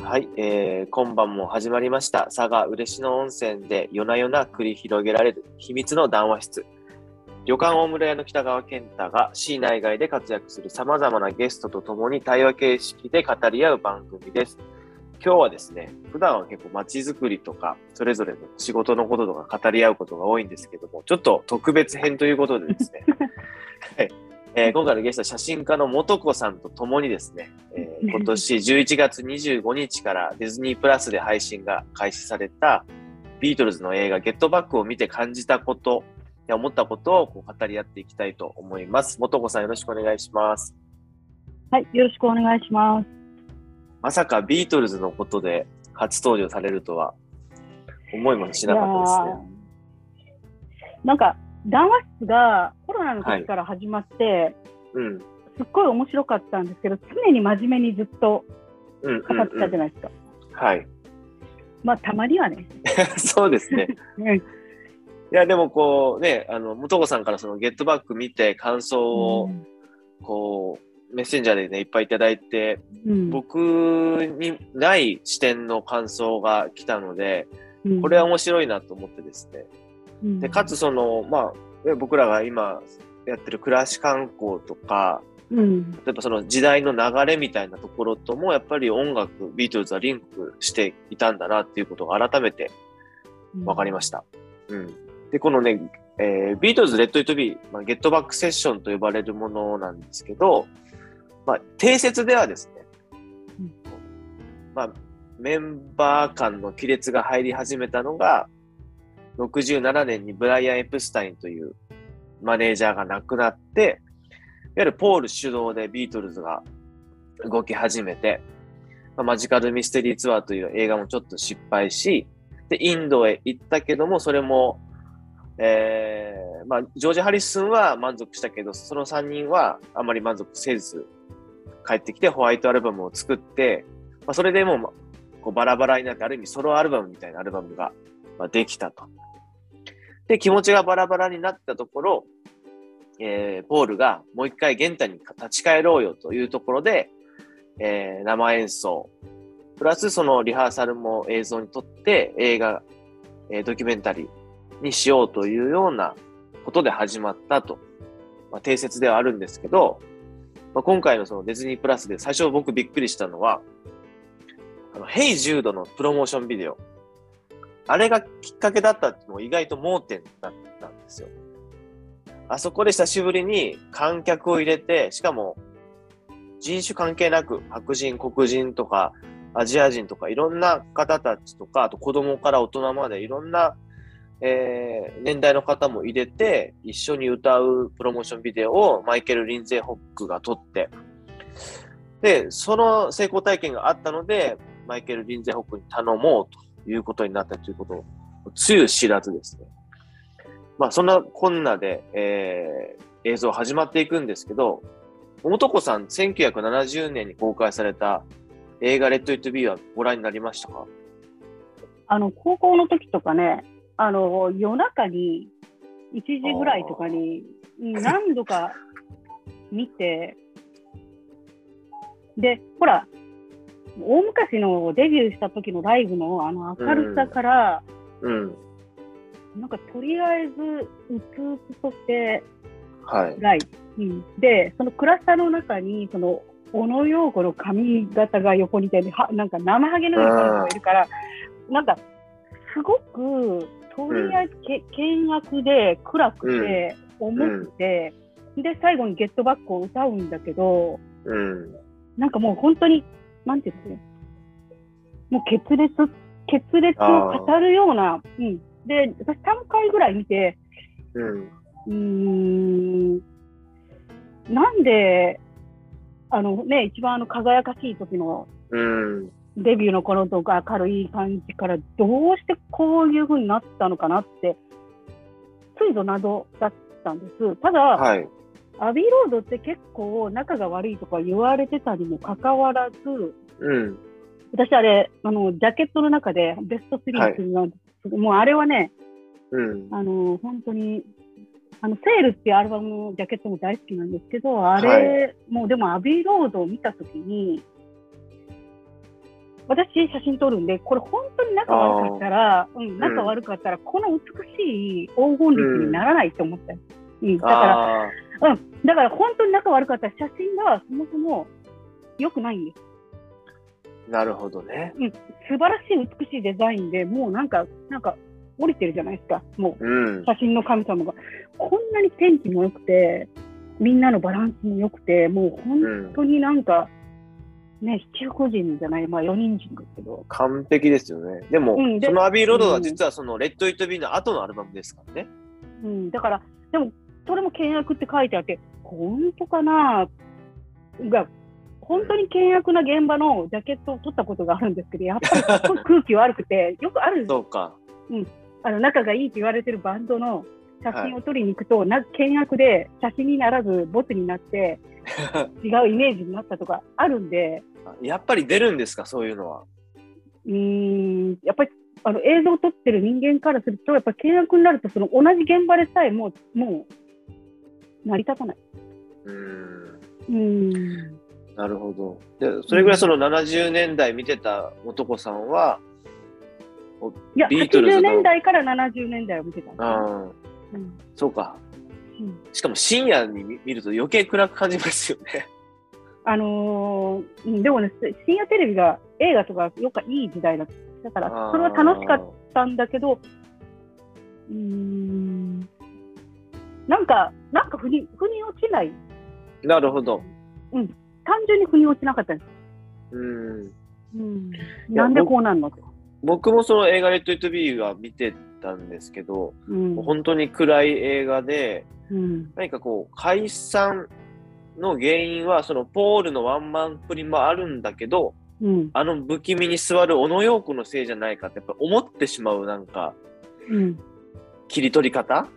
はい、今晩も始まりました佐賀嬉野温泉で夜な夜な繰り広げられる秘密の談話室。旅館大村屋の北川健太が市内外で活躍する様々なゲストと共に対話形式で語り合う番組です。今日はですね、普段は結構街づくりとかそれぞれの仕事のこととか語り合うことが多いんですけども、ちょっと特別編ということでですねはい、今回のゲストは写真家の素子さんと共にですね、今年11月25日からディズニープラスで配信が開始されたビートルズの映画ゲットバックを見て感じたことや思ったことを語り合っていきたいと思います。素子さん、よろしくお願いします。 はい、よろしくお願いします。 まさかビートルズのことで初登場されるとは思いもしなかったですね。 なんか談話室がコロナの時から始まって、すっごい面白かったんですけど、常に真面目にずっと語ってたじゃないですか。 はい。 まあたまにはね。 そうですね。いやでもこうね、素子さんからそのゲットバック見て感想をこうメッセンジャーでねいっぱいいただいて、僕にない視点の感想が来たので、これは面白いなと思ってですね。でかつその僕らが今やってる暮らし観光とか、例えばその時代の流れみたいなところともやっぱり音楽ビートルズはリンクしていたんだなっていうことが改めて分かりました。でこのね、ビートルズレッドイットビー、ゲットバックセッションと呼ばれるものなんですけど、定説ではですね、メンバー間の亀裂が入り始めたのが67年にブライアン・エプスタインというマネージャーが亡くなって、いわゆるポール主導でビートルズが動き始めて、マジカルミステリーツアーという映画もちょっと失敗し、でインドへ行ったけども、それも、ジョージ・ハリスンは満足したけど、その3人はあまり満足せず帰ってきてホワイトアルバムを作って、それでもこうバラバラになって、ある意味ソロアルバムみたいなアルバムができたと。で、気持ちがバラバラになったところ、ポールがもう一回原点に立ち返ろうよというところで、生演奏、プラスそのリハーサルも映像に撮って映画、ドキュメンタリーにしようというようなことで始まったと。定説ではあるんですけど、今回のそのディズニープラスで最初僕びっくりしたのは、ヘイジュードのプロモーションビデオ。あれがきっかけだったっていうのも意外と盲点だったんですよ。あそこで久しぶりに観客を入れて、しかも人種関係なく白人、黒人とかアジア人とかいろんな方たちとか、あと子供から大人までいろんな、年代の方も入れて一緒に歌うプロモーションビデオをマイケル・リンゼー・ホックが撮って、で、その成功体験があったので、マイケル・リンゼー・ホックに頼もうということになったということをつゆ知らずですね。そんなこんなで、映像始まっていくんですけど、素子さん、1970年に公開された映画レッド・イット・ビーはご覧になりましたか？ 高校の時とかね、夜中に1時ぐらいとかに何度か見て、で、ほら、大昔のデビューした時のライブの明るさから、なんかとりあえずうつうつとしてライブ、でその暗さの中にその小野陽子の髪型が横にいて、なんか生ハゲのような彼女がいるから、なんかすごくとりあえず険悪で暗くて重くて、で最後にゲットバックを歌うんだけど、なんかもう本当になんていうんですか、もう決裂を語るような、で私3回ぐらい見て、なんで一番輝かしい時のデビューの頃とか明るい感じからどうしてこういう風になったのかなってついぞ謎だったんです。ただ、アビーロードって結構仲が悪いとか言われてたにもかかわらず、私あれジャケットの中でベスト3っていうのは、もうあれはね、本当にセールっていうアルバムのジャケットも大好きなんですけど、あれ、もうでもアビーロードを見たときに私写真撮るんで、これ本当に仲悪かったら、仲悪かったら、この美しい黄金律にならないと思ったよ。だから本当に仲悪かったら写真がそもそも良くないんです。 なるほどね。 素晴らしい美しいデザインで、もうなんか降りてるじゃないですか。もう写真の神様が。こんなに天気も良くて、みんなのバランスも良くて、もう本当になんか、ね、七福神じゃない、4人陣ですけど。 完璧ですよね。でも、そのアビーロードは実はそのレッド・イット・ビーの後のアルバムですからね。 だから、でも、それも倹約って書いてあって、本当かなが、本当に倹約な現場のジャケットを撮ったことがあるんですけど、やっぱりすごい空気悪くて、よくある。 そうか。 仲がいいって言われてるバンドの写真を撮りに行くと、倹約で写真にならず、ボツになって、違うイメージになったとかあるんで。 やっぱり出るんですか、そういうのは。 やっぱり映像を撮ってる人間からすると、やっぱり倹約になると、その同じ現場でさえもう成り立たない。 なるほど。で、それぐらいその70年代見てた男さんは、 いや、80年代から70年代を見てたんです。 そうか。しかも深夜に見ると余計暗く感じますよね。 でもね、深夜テレビが映画とかよくいい時代だったから、それは楽しかったんだけど、なんか腑に落ちない。 なるほど。 単純に腑に落ちなかったです。なんでこうなんのと。 僕もその映画レッド・イット・ビーは見てたんですけど、本当に暗い映画で、何かこう解散の原因はそのポールのワンマンプリもあるんだけど、不気味に座る小野陽子のせいじゃないかってやっぱ思ってしまうなんか、切り取り方、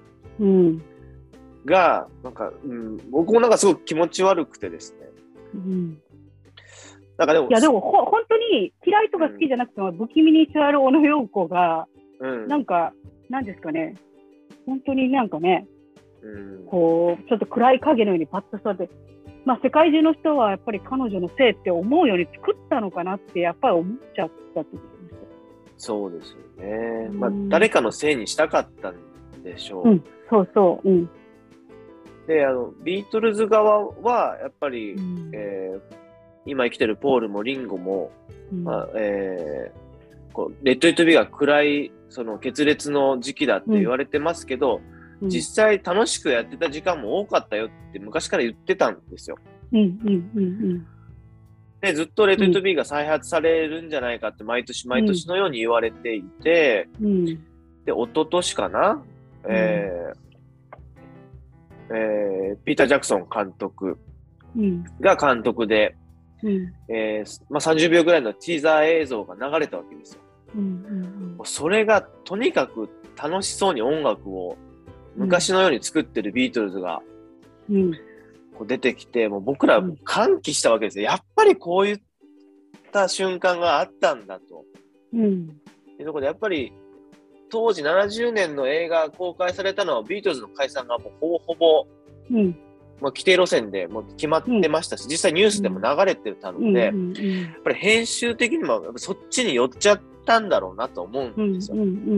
がなんか、僕もなんかすごく気持ち悪くてですね。なんかでも本当に嫌いとか好きじゃなくても、不気味に座る小野陽子が、なんかなんですかね、本当になんかね。こうちょっと暗い影のようにパッと座って、世界中の人はやっぱり彼女のせいって思うように作ったのかなってやっぱり思っちゃったと思います。 そうですよね。誰かのせいにしたかったんでしょう。で、ビートルズ側はやっぱり、今生きてるポールもリンゴも、レッド・イット・ビーが暗いその決裂の時期だって言われてますけど、実際楽しくやってた時間も多かったよって昔から言ってたんですよ。で、ずっとレッド・イット・ビーが再発されるんじゃないかって毎年毎年のように言われていて、で、一昨年かな、ピーター・ジャクソン監督が監督で、30秒ぐらいのティーザー映像が流れたわけですよ。それがとにかく楽しそうに音楽を昔のように作ってるビートルズがこう出てきて、もう僕ら歓喜したわけですよ。やっぱりこういった瞬間があったんだと。いうところでやっぱり当時70年の映画公開されたのはビートルズの解散がもうほぼほぼ、規定路線でもう決まってましたし、実際ニュースでも流れてたので、やっぱり編集的にもそっちに寄っちゃったんだろうなと思うんですよ。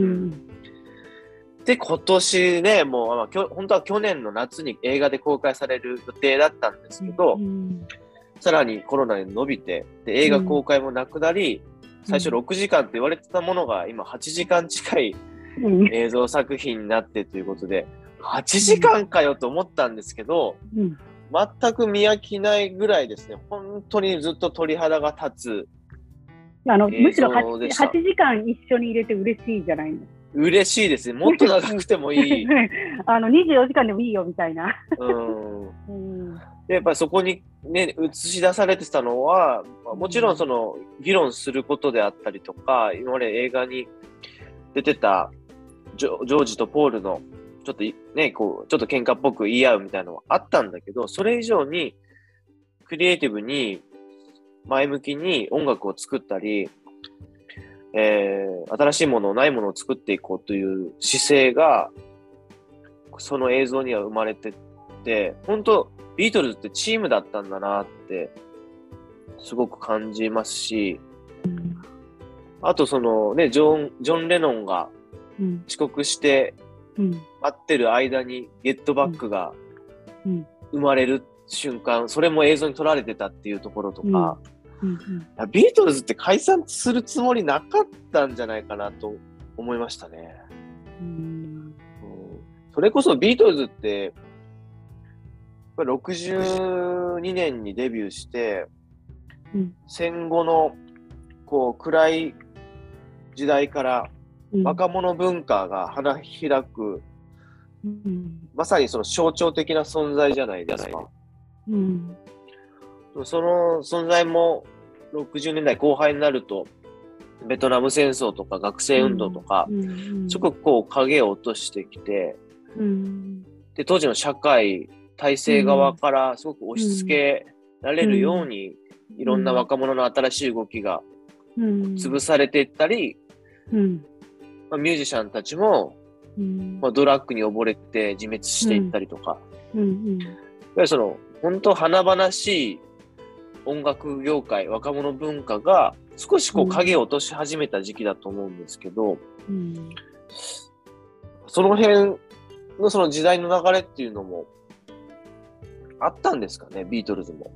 で、今年ね、もう本当は去年の夏に映画で公開される予定だったんですけど、さらにコロナで伸びて、で映画公開もなくなり、最初6時間って言われてたものが今8時間近い映像作品になってということで、8時間かよと思ったんですけど、全く見飽きないぐらいですね、本当にずっと鳥肌が立つむしろ 8時間一緒に入れて嬉しいじゃないの。 嬉しいですね。もっと長くてもいい。 24時間でもいいよみたいな。 でやっぱりそこにね映し出されてたのは、もちろんその議論することであったりとか、今まで映画に出てたジョージとポールのちょっとねこうちょっと喧嘩っぽく言い合うみたいなのはあったんだけど、それ以上にクリエイティブに前向きに音楽を作ったり、新しいものないものを作っていこうという姿勢がその映像には生まれてて、本当ビートルズってチームだったんだなってすごく感じますし、 あとそのね、ジョン・レノンが遅刻して待ってる間にゲットバックが生まれる瞬間、それも映像に撮られてたっていうところとか、ビートルズって解散するつもりなかったんじゃないかなと思いましたね。それこそビートルズって62年にデビューして、戦後のこう暗い時代から若者文化が花開く、まさにその象徴的な存在じゃないですか。その存在も60年代後半になるとベトナム戦争とか学生運動とか、ちょくこう影を落としてきて、で当時の社会体制側からすごく押し付けられるように、いろんな若者の新しい動きが潰されていったり、ミュージシャンたちも、ドラッグに溺れて自滅していったりとか、やはりその本当華々しい音楽業界、若者文化が少しこう影を落とし始めた時期だと思うんですけど、その辺のその時代の流れっていうのもあったんですかね、ビートルズも。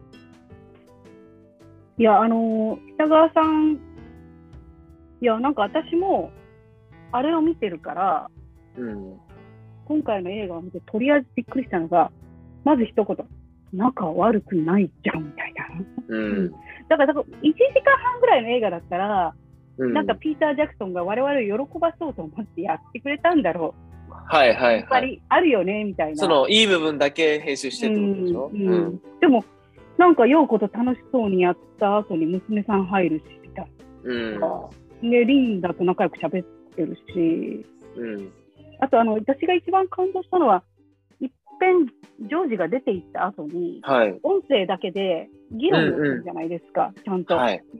いや、北川さん、いや、なんか私もあれを見てるから、今回の映画を見てとりあえずびっくりしたのが、まず一言、仲悪くないじゃんみたいな。だから1時間半ぐらいの映画だったら、なんかピーター・ジャクソンが我々を喜ばそうと思ってやってくれたんだろう。やっぱりあるよねみたいな。 そのいい部分だけ編集してってことでしょ。 でもなんか陽子と楽しそうにやった後に娘さん入るしみたいな。でリンダと仲良く喋ってるし、あと私が一番感動したのは、一遍ジョージが出て行った後に、音声だけで議論をするじゃないですか、ちゃんと。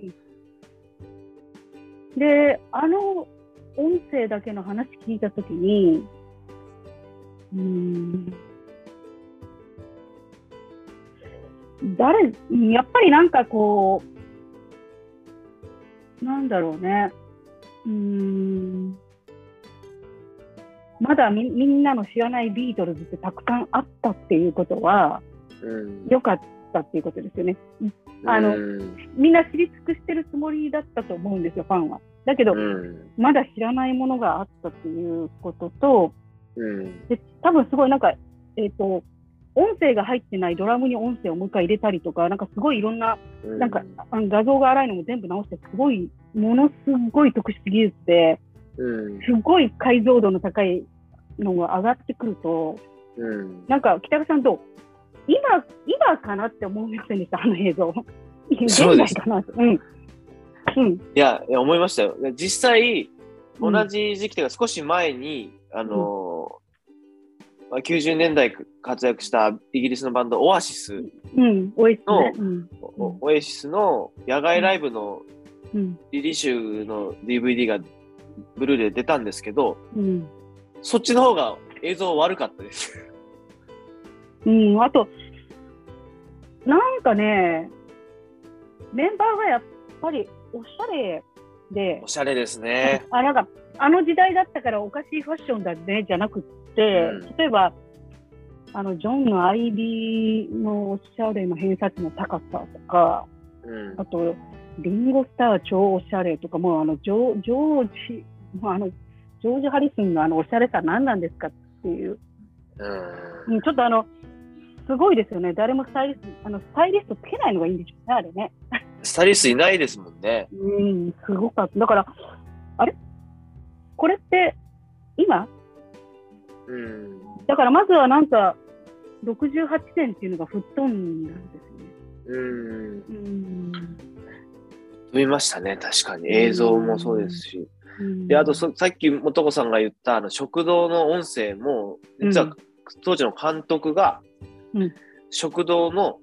で、音声だけの話聞いたときに、やっぱりなんかこう、なんだろうね、まだみんなの知らないビートルズってたくさんあったっていうことは、良かったっていうことですよね。みんな知り尽くしてるつもりだったと思うんですよ、ファンは。だけど、まだ知らないものがあったっていうことと、で多分すごいなんか、音声が入ってないドラムに音声をもう一回入れたりとか、なんかすごいいろんな、なんか画像が荒いのも全部直して、ものすごい特殊技術で、すごい解像度の高いのが上がってくると、なんか北川さんと今かなって思いませんでした、あの映像。 そうです。 かな。 いや思いましたよ。実際同じ時期というか少し前に90年代活躍したイギリスのバンドオアシスの野外ライブのリリー集の DVD がブルーレイで出たんですけど、そっちの方が映像悪かったです。 あとなんかね、メンバーがやっぱりおしゃれで、 おしゃれですね。 なんかあの時代だったからおかしいファッションだねじゃなくって、例えばジョンのアイビーのおしゃれの偏差値の高さとか、あとリンゴスター超おしゃれとか、もうジョージ・ハリスンのおしゃれさ何なんですかっていう、ちょっとすごいですよね。誰もスタイリストつけないのがいいんでしょうね、あれね。 スタイリストいないですもんね。 すごかった。だからあれこれって今、だからまずはなんか68年っていうのが吹っ飛んだんですよね。 飛びましたね、確かに。映像もそうですし。で、あとさっきもとこさんが言った食堂の音声も、実は当時の監督が、食堂の、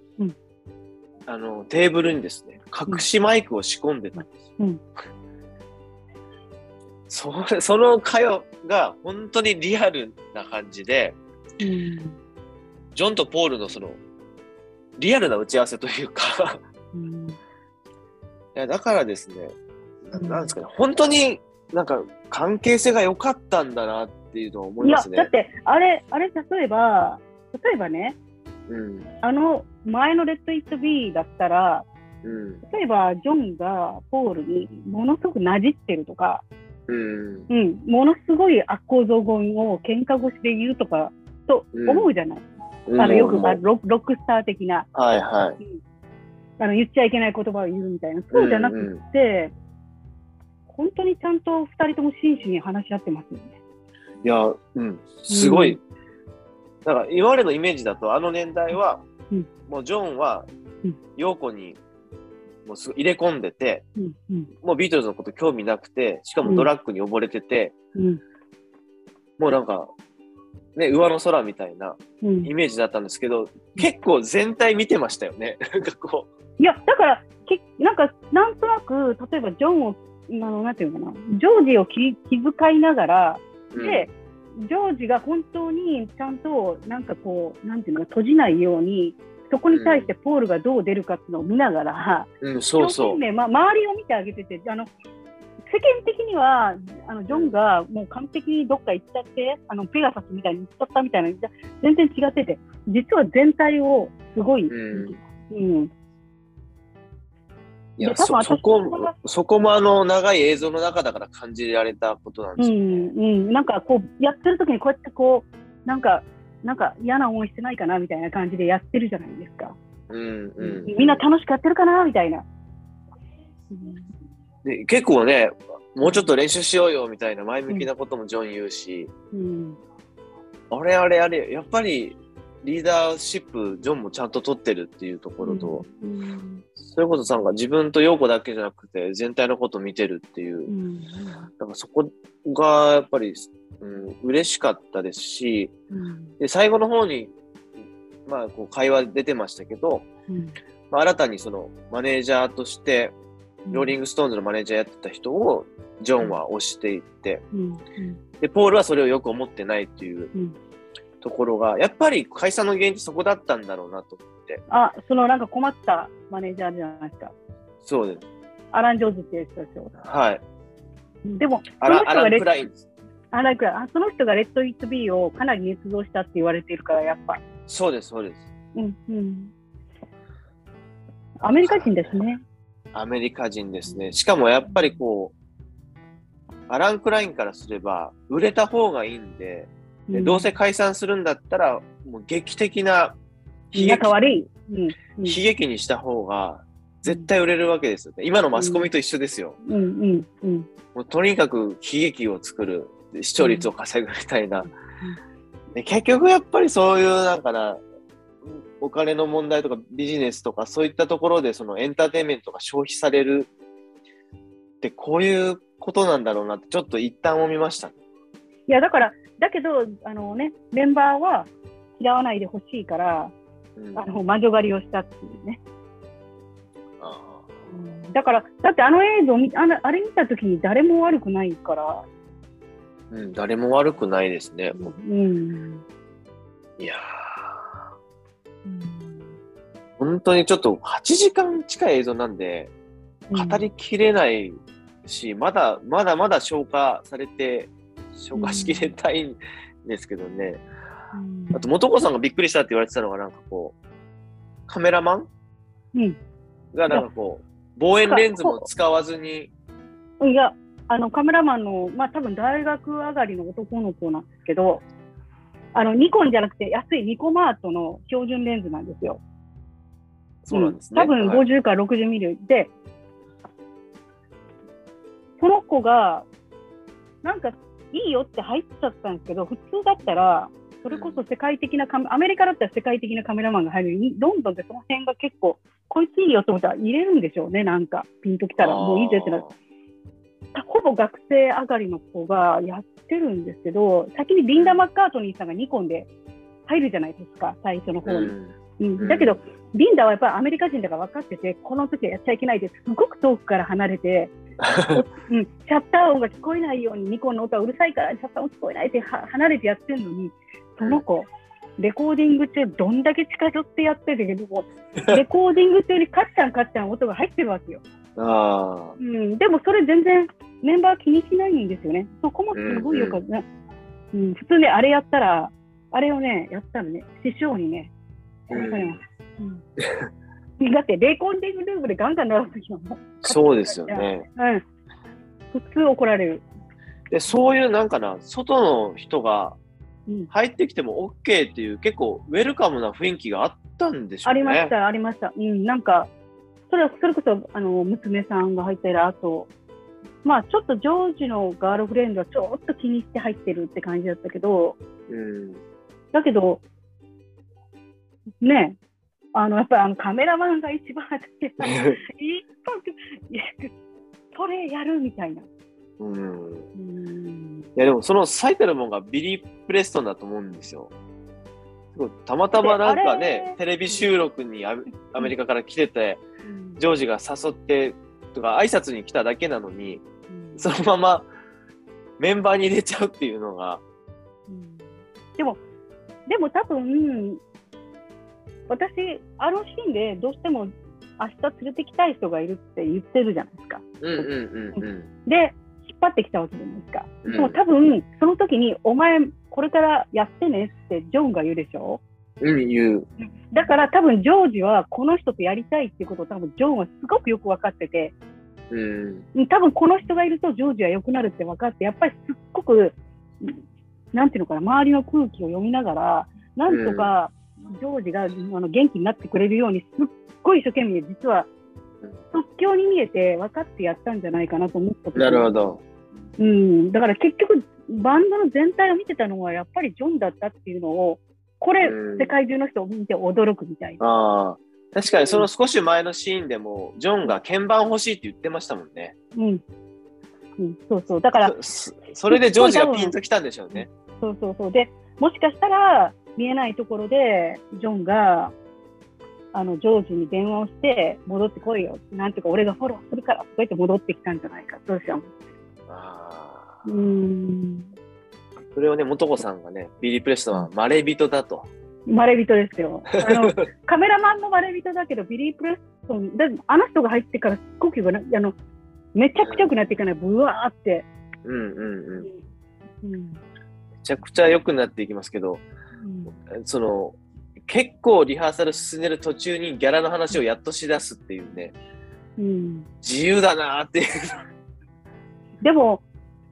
テーブルにですね、隠しマイクを仕込んでたんですよ。その会話が本当にリアルな感じで、ジョンとポールのそのリアルな打ち合わせというかいやだからですね、 なんですかね、本当になんか関係性が良かったんだなっていうのは思いますね。 いや、だって、あれ、例えばね、前のレッド・イット・ビーだったら、例えば、ジョンがポールにものすごくなじってるとか、ものすごい悪行増言を喧嘩越しで言うとか、と思うじゃない。よくロックスター的な、言っちゃいけない言葉を言うみたいな。そうじゃなくて、本当にちゃんと2人とも真摯に話し合ってますよね。 いや、すごい。だから今までのイメージだと、あの年代は、もうジョンは、陽子にもうすぐ入れ込んでて、もうビートルズのこと興味なくて、しかもドラッグに溺れてて、もうなんか、ね、上の空みたいなイメージだったんですけど、結構全体見てましたよね。なんかこう。 いや、だから、なんとなく、例えばジョンを、なんていうのかな、ジョージを気遣いながら、で、ジョージが本当にちゃんと、なんかこう、なんていうのか、閉じないように、そこに対してポールがどう出るかっていうのを見ながら、周りを見てあげてて、世間的にはジョンがもう完璧にどっか行っちゃって、ペガサスみたいに行っちゃったみたいな、全然違ってて、実は全体をすごい、 いや、そこも長い映像の中だから感じられたことなんですよね。 なんかこうやってる時にこうやってこうなんか嫌な思いしてないかなみたいな感じでやってるじゃないですか。みんな楽しくやってるかなみたいな。 で結構ね、もうちょっと練習しようよみたいな前向きなこともジョン言うし、あれやっぱりリーダーシップジョンもちゃんと取ってるっていうところと、それこそさんが自分と陽子だけじゃなくて全体のことを見てるっていう、だからそこがやっぱり、嬉しかったですし、で最後の方にこう会話出てましたけど、新たにそのマネージャーとしてローリングストーンズのマネージャーやってた人をジョンは推していって、でポールはそれをよく思ってないっていうところがやっぱり解散の原因ってそこだったんだろうなと思って。 なんか困ったマネージャーじゃないですか。 そうです。 アラン・ジョーズっていう人ですよ。 はい。 でもアラン・クラインです。 その人がレッド・イット・ビーをかなり捏造したって言われているから、やっぱ。 そうです。 アメリカ人ですね。 アメリカ人ですね。しかもやっぱりこう、アラン・クラインからすれば、売れた方がいいんで、どうせ解散するんだったら、もう劇的な悲劇にした方が絶対売れるわけですよね。今のマスコミと一緒ですよ。もうとにかく悲劇を作る、視聴率を稼ぐみたいな。で結局やっぱりそういうなんかな、お金の問題とかビジネスとかそういったところでそのエンターテインメントが消費されるってこういうことなんだろうなってちょっと一旦思いました。 いやだけどメンバーは嫌わないでほしいから、魔女狩りをしたっていうね。だってあの映像あれ見たときに誰も悪くないから。 誰も悪くないですね。いや本当にちょっと8時間近い映像なんで語りきれないし、まだ消化しきれたいんですけどね。あと素子さんがびっくりしたって言われてたのがなんかこうカメラマン、がなんかこう望遠レンズも使わずに、 いやカメラマンの多分大学上がりの男の子なんですけど、ニコンじゃなくて安いニコマートの標準レンズなんですよ。 そうなんですね。 多分50から60ミリで、その子がなんかいいよって入っちゃったんですけど、普通だったらそれこそ世界的なアメリカだったら世界的なカメラマンが入るのに、ロンドンでその辺が結構こいついいよと思ったら入れるんでしょうね。なんかピンときたらもういいぜってなる。ほぼ学生上がりの子がやってるんですけど、先にリンダ・マッカートニーさんがニコンで入るじゃないですか、最初の方に。だけどリンダはやっぱりアメリカ人だから分かってて、この時はやっちゃいけないですすごく遠くから離れてシャッター音が聞こえないように、ニコンの音はうるさいからシャッター音聞こえないって離れてやってるのに、その子レコーディング中どんだけ近寄ってやってるけどもレコーディング中にカッチャン音が入ってるわけよ。 でもそれ全然メンバー気にしないんですよね。そこもすごいよかった、普通ね、あれやったら、あれをね、やったらね、師匠にね、だってレコーディングルームでガンガン鳴らす時はもう。 そうですよね。 普通怒られる。 で、そういうなんかな、外の人が入ってきても OK っていう、結構ウェルカムな雰囲気があったんでしょうね。 ありました。なんか、それこそ、娘さんが入ったり、あと、まあ、ちょっとジョージのガールフレンドはちょっと気にして入ってるって感じだったけど、だけど、ね、やっぱりカメラマンが一番それやるみたいな。 いやでもその最たるものがビリー・プレストンだと思うんですよ。たまたまなんかね、テレビ収録にアメリカから来てて、ジョージが誘ってとか挨拶に来ただけなのに、そのままメンバーに入れちゃうっていうのが。 でも多分、私、あのシーンでどうしても明日連れてきたい人がいるって言ってるじゃないですか。で、引っ張ってきたわけじゃないですか。でも多分、その時に、お前、これからやってねってジョンが言うでしょ。 言う。 だから多分、ジョージはこの人とやりたいっていうことを多分、ジョンはすごくよく分かってて、多分この人がいるとジョージは良くなるって分かって、やっぱりすっごく、なんていうのかな、周りの空気を読みながら、なんとかジョージが元気になってくれるように、すっごい一生懸命、実は即興に見えて分かってやったんじゃないかなと思った。 なるほど。 だから結局、バンドの全体を見てたのはやっぱりジョンだったっていうのを、これ、世界中の人を見て驚くみたいな。 確かにその少し前のシーンでも、ジョンが鍵盤欲しいって言ってましたもんね。 そうそう。だから、 それでジョージがピンときたんでしょうね。 そう。で、もしかしたら、見えないところで、ジョンが、ジョージに電話をして、戻ってこいよ。なんていうか、俺がフォローするから、とか言って戻ってきたんじゃないか。どうしよう。 それをね、素子さんがね、ビリー・プレストンはまれびとだと。 まれびとですよ。カメラマンもまれびとだけど、ビリー・プレストン、あの人が入ってから呼吸がめちゃくちゃ良くなっていかない、ブワーって。 めちゃくちゃ良くなっていきますけど、結構リハーサル進んでる途中にギャラの話をやっとしだすっていうね、自由だなーっていう。 でも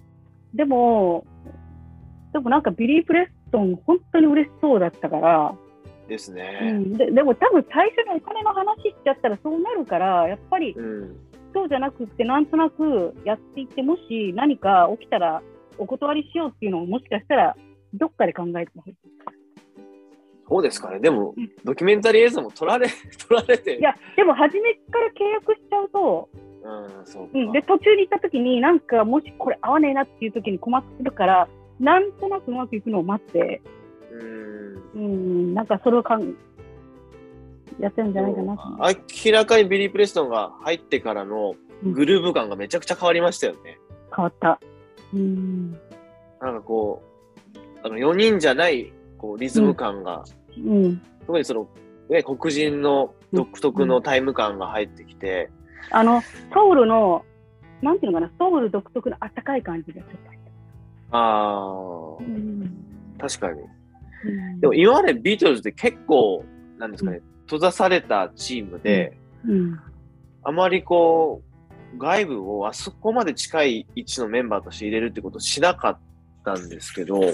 なんかビリー・プレストン本当に嬉しそうだったから。 ですね。 でも多分最初にお金の話しちゃったらそうなるから、やっぱりそうじゃなくってなんとなくやっていって、もし何か起きたらお断りしようっていうのをもしかしたらどっかで考えてほしい。 そうですかね。でも、ドキュメンタリー映像も撮られて。 いや、でも初めから契約しちゃうと、で、途中に行った時に、なんか、もしこれ合わねえなっていう時に困ってるから、なんとなくうまくいくのを待って、なんかそれをやってるんじゃないかなと。 明らかにビリー・プレストンが入ってからのグルーヴ感がめちゃくちゃ変わりましたよね。 変わった。 なんかこう、4人じゃないリズム感が、特に黒人の独特のタイム感が入ってきて、 ソウルの、なんていうのかな、ソウル独特のあったかい感じがちょっと入った。 確かに。でも今までビートルズって結構、なんですかね、閉ざされたチームで、あまり外部をあそこまで近い位置のメンバーとして入れるってことをしなかったんですけど、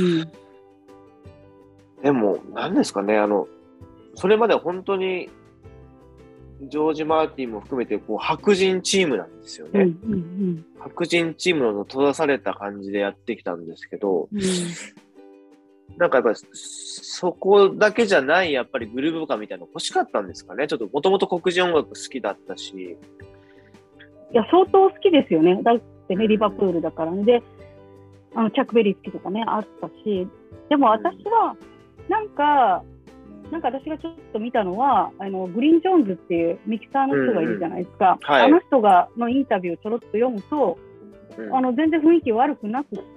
でも、何ですかね、それまでは本当に、ジョージ・マーティンも含めて、白人チームなんですよね。白人チームの閉ざされた感じでやってきたんですけど、なんかやっぱり、そこだけじゃない、やっぱりグルーヴ感みたいなの欲しかったんですかね。ちょっと、もともと黒人音楽好きだったし。いや、相当好きですよね。だってね、リバプールだからね。で、チャックベリー好きとかね、あったし、でも私は、なんか私がちょっと見たのは、グリーン・ジョーンズっていうミキサーの人がいるじゃないですか。あの人のインタビューをちょろっと読むと、全然雰囲気悪くなくって、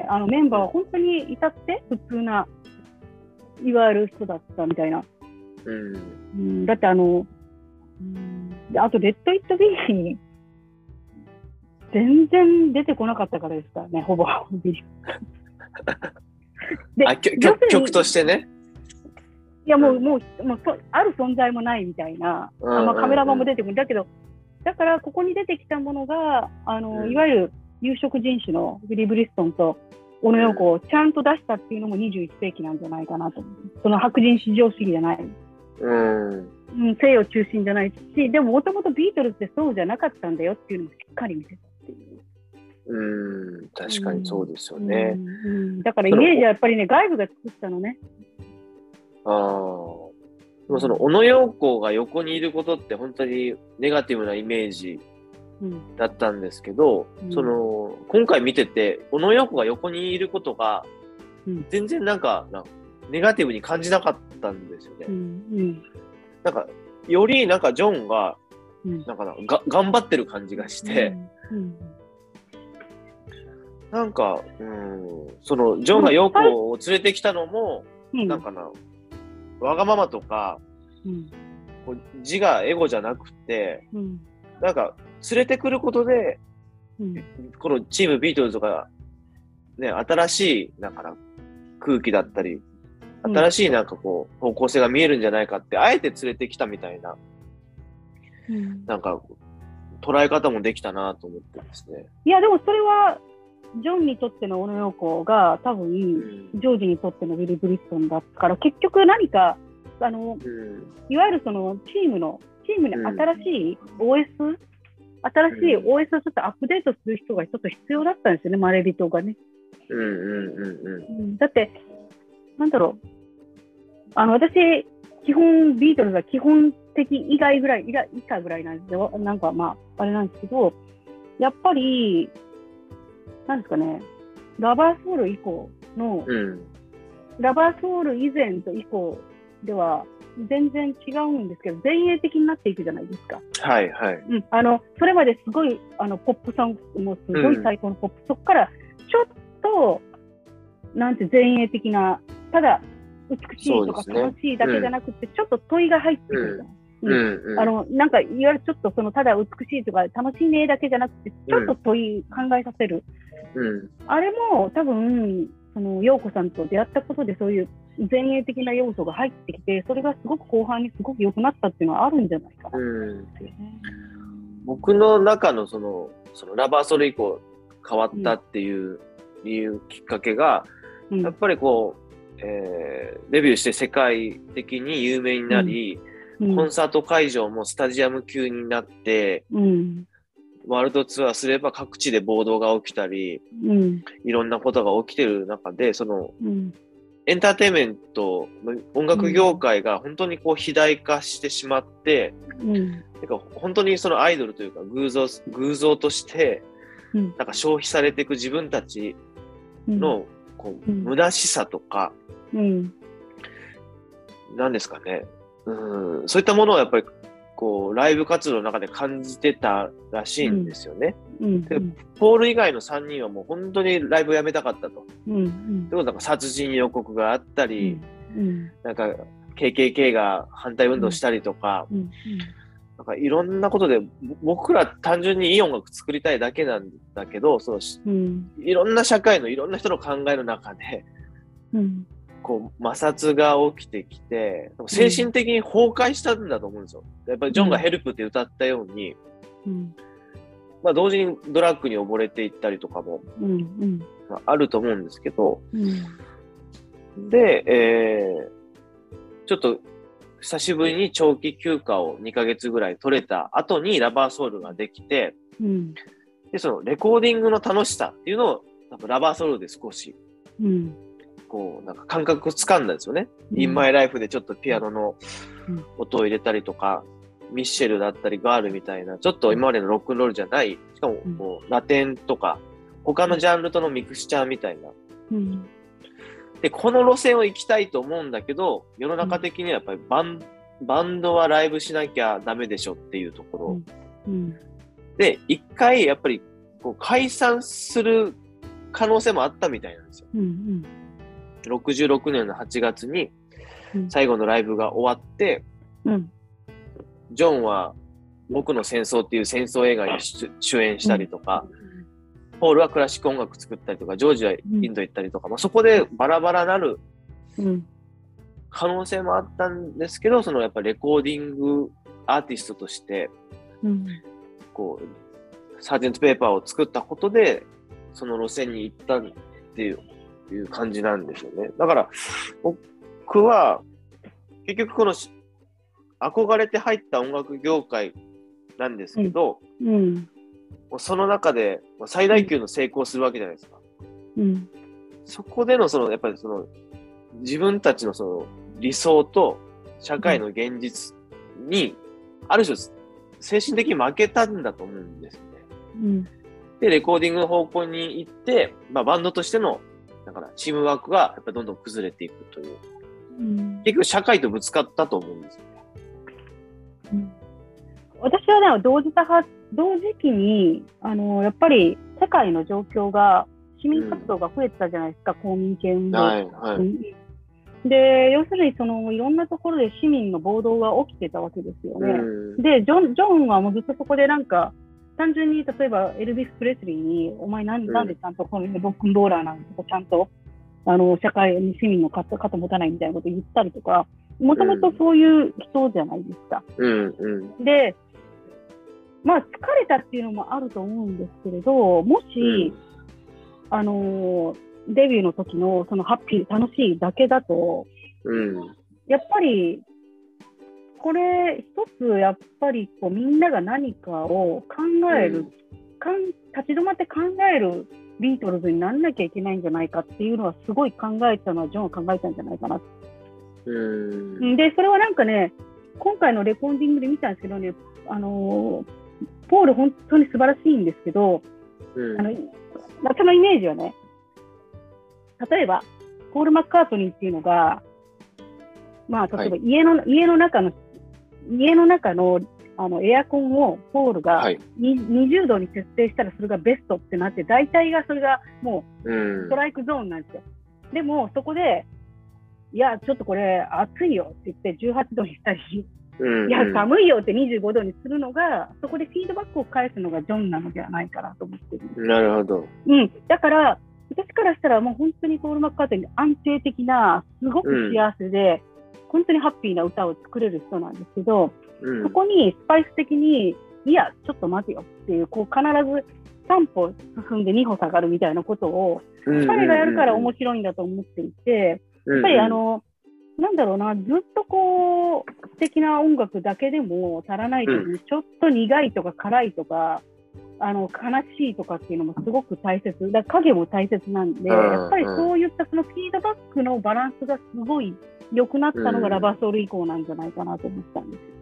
メンバーは本当に至って普通な、いわゆる人だったみたいな。だってで、あと、レッド・イット・ビーに全然出てこなかったからですからね、ほぼ。 で曲としてね。 いや、もうある存在もないみたいな、カメラマンも出てくるんだけど、だからここに出てきたものが、いわゆる有色人種のビリー・ブリストンと小野洋子をちゃんと出したっていうのも21世紀なんじゃないかなと思う。その白人至上主義じゃない。西洋中心じゃないし、でももともとビートルズってそうじゃなかったんだよっていうのもしっかり見せたっていう。 確かにそうですよね。 だからイメージはやっぱりね、外部が作ったのね。 でもその小野洋子が横にいることって本当にネガティブなイメージだったんですけど、今回見てて小野洋子が横にいることが全然なんかネガティブに感じなかったんですよね。なんかよりなんかジョンがなんか頑張ってる感じがして、なんかそのジョンが洋子を連れてきたのもなんかわがままとか、こう自我エゴじゃなくて、なんか連れてくることで、このチームビートルズがね、新しいなんか空気だったり、新しいなんかこう方向性が見えるんじゃないかってあえて連れてきたみたいな、なんか捉え方もできたなと思ってですね。 いやでもそれはジョンにとっての小野洋子が多分、ジョージにとってのウィル・ブリストンだったから結局何かいわゆるそのチームに新しい OS、新しい OS をちょっとアップデートする人がちょっと必要だったんですよね、マレビトがね。だってなんだろう、私基本ビートルズは基本的以下ぐらいなんですよ。なんかあれなんですけど、やっぱりなんですかね、ラバーソウル以降の、ラバーソウル以前と以降では全然違うんですけど、前衛的になっていくじゃないですか。それまですごいポップソングもすごい最高のポップ、そこからちょっとなんて前衛的な、ただ美しいとか楽しいだけじゃなくて、ちょっと問いが入ってくるじゃない。なんかいわゆるちょっとそのただ美しいとか楽しいねだけじゃなくて、ちょっと問い考えさせる、あれも多分その陽子さんと出会ったことでそういう前衛的な要素が入ってきて、それがすごく後半にすごく良くなったっていうのはあるんじゃないかな、 僕の中のそのラバーソル以降変わったっていう理由、きっかけが、やっぱりこう、デビューして世界的に有名になり、コンサート会場もスタジアム級になって、ワールドツアーすれば各地で暴動が起きたり、いろんなことが起きてる中で、その、エンターテインメントの音楽業界が本当にこう肥大化してしまって、てか本当にそのアイドルというか偶像として、なんか消費されていく自分たちのこう虚しさとか、なんですかね、そういったものをやっぱりこうライブ活動の中で感じてたらしいんですよね。でポール以外の3人はもう本当にライブをやめたかったと。でもなんか殺人予告があったり、なんか KKK が反対運動したりとか、なんかいろんなことで僕ら単純にいい音楽作りたいだけなんだけど、いろんな社会のいろんな人の考えの中で、こう摩擦が起きてきて、精神的に崩壊したんだと思うんですよ。やっぱりジョンがヘルプって歌ったように、同時にドラッグに溺れていったりとかも、あると思うんですけど、で、ちょっと久しぶりに長期休暇を2ヶ月ぐらい取れた後にラバーソウルができて、でそのレコーディングの楽しさっていうのを多分ラバーソウルで少し、こうなんか感覚をつかんだんですよね。インマイライフでちょっとピアノの音を入れたりとか、ミッシェルだったりガールみたいな、ちょっと今までのロックンロールじゃない、しかもこうラテンとか他のジャンルとのミクスチャーみたいな。でこの路線を行きたいと思うんだけど、世の中的にはやっぱりバンドはライブしなきゃダメでしょっていうところ、で一回やっぱりこう解散する可能性もあったみたいなんですよ。66年の8月に最後のライブが終わって、ジョンは僕の戦争っていう戦争映画に主演したりとか、ポールはクラシック音楽作ったりとか、ジョージはインド行ったりとか、そこでバラバラなる可能性もあったんですけど、やっぱレコーディングアーティストとして、こう、サージェントペーパーを作ったことで、その路線に行ったっていう感じなんですよね。だから、僕は、結局この憧れて入った音楽業界なんですけど、その中で最大級の成功するわけじゃないですか。そこでのやっぱり自分たちの理想と社会の現実に、ある種精神的に負けたんだと思うんですよね。で、レコーディングの方向に行って、バンドとしての、だからチームワークがやっぱどんどん崩れていくという。結局社会とぶつかったと思うんですよね。 私はね、同時期に、やっぱり世界の状況が、市民活動が増えてたじゃないですか、公民権運動。で、要するにいろんなところで市民の暴動が起きてたわけですよね。で、ジョンはもうずっとそこで単純に例えばエルビス・プレスリーに、お前なんでちゃんとこのロックンローラーなんとかちゃんと社会に市民の肩持たないみたいなことを言ったりとか、もともとそういう人じゃないですか。で、疲れたっていうのもあると思うんですけれど、もし、デビューの時のハッピー、楽しいだけだと、やっぱり、これ一つやっぱりみんなが何かを考える、立ち止まって考えるビートルズにならなきゃいけないんじゃないかっていうのはすごい考えたのはジョンは考えたんじゃないかな。で、それは今回のレコーディングで見たんですけどね、ポール本当に素晴らしいんですけど、そのイメージはね、例えばポール・マッカートニーっていうのが、例えば家の中のエアコンをポールが20度に設定したらそれがベストってなって、大体がそれがもうストライクゾーンなんですよ。でもそこで、いやちょっとこれ暑いよって言って18度にしたり、いや寒いよって25度にするのが、そこでフィードバックを返すのがジョンなのではないかなと思ってるんです。 なるほど。 だから私からしたらもう本当にポール・マッカートニー安定的な、すごく幸せで、本当にハッピーな歌を作れる人なんですけど、そこにスパイス的に、いや、ちょっと待てよっていう、必ず3歩進んで2歩下がるみたいなことを、彼がやるから面白いんだと思っていて、やっぱりなんだろうな、ずっと素敵な音楽だけでも足らないという、ちょっと苦いとか辛いとか、悲しいとかっていうのもすごく大切、影も大切なんで、やっぱりそういったフィードバックのバランスがすごい良くなったのがラバーソウル以降なんじゃないかなと思ったんですよ。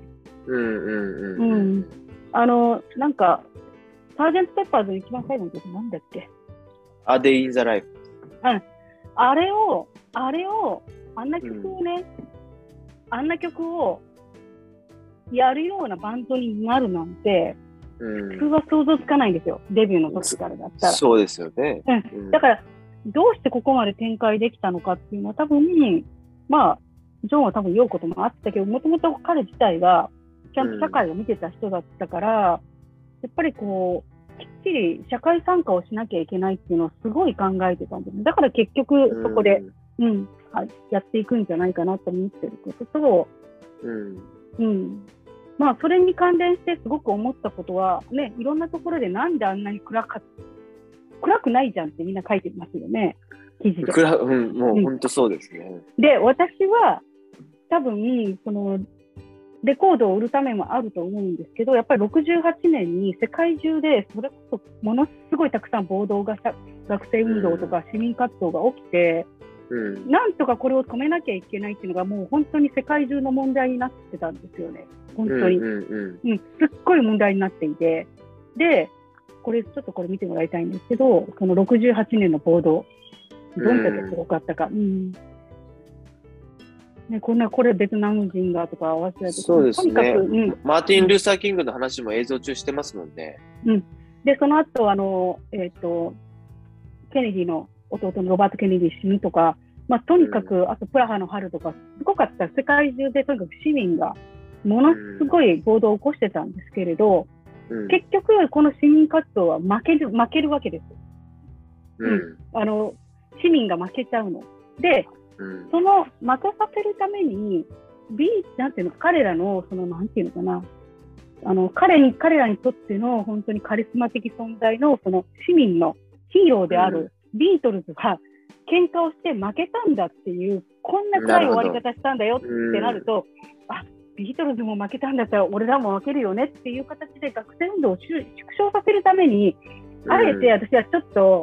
サージェント・ペッパーズの一番最後の曲なんだっけ？ A Day in the Life。 あれをあんな曲をやるようなバンドになるなんて、普通は想像つかないんですよ、デビューの時からだったら。 そうですよね。 だからどうしてここまで展開できたのかっていうのは、多分ジョンは多分酔うこともあったけど、もともと彼自体がちゃんと社会を見てた人だったから、やっぱりきっちり社会参加をしなきゃいけないっていうのをすごい考えてたんです。だから結局そこで、やっていくんじゃないかなと思ってることと、それに関連してすごく思ったことは、いろんなところでなんであんなに暗くないじゃんってみんな書いてますよね、記事で。 もう本当そうですね。 で、私は多分レコードを売るためもあると思うんですけど、やっぱり68年に世界中でそれこそものすごいたくさん暴動が学生運動とか市民活動が起きて、なんとかこれを止めなきゃいけないっていうのがもう本当に世界中の問題になってたんですよね。本当に、すっごい問題になっていて、でちょっとこれ見てもらいたいんですけど、その68年の暴動どんだけすごかったか。これベトナム人がとか忘れて、 そうですね。マーティン・ルーサー・キングの話も映像中してますもんね。 で、その後ケネディの弟のロバート・ケネディ死ぬとか、とにかく、あとプラハの春とか、すごかった。世界中でとにかく市民がものすごい暴動を起こしてたんですけれど、結局この市民活動は負けるわけです。市民が負けちゃうので、その負けさせるためになんていうの、彼らのなんていうのかな、彼らにとっての本当にカリスマ的存在のその市民のヒーローであるビートルズが喧嘩をして負けたんだっていう、こんな暗い終わり方したんだよってなると、ビートルズも負けたんだったら俺らも負けるよねっていう形で学生運動を縮小させるために、あえて私はちょっと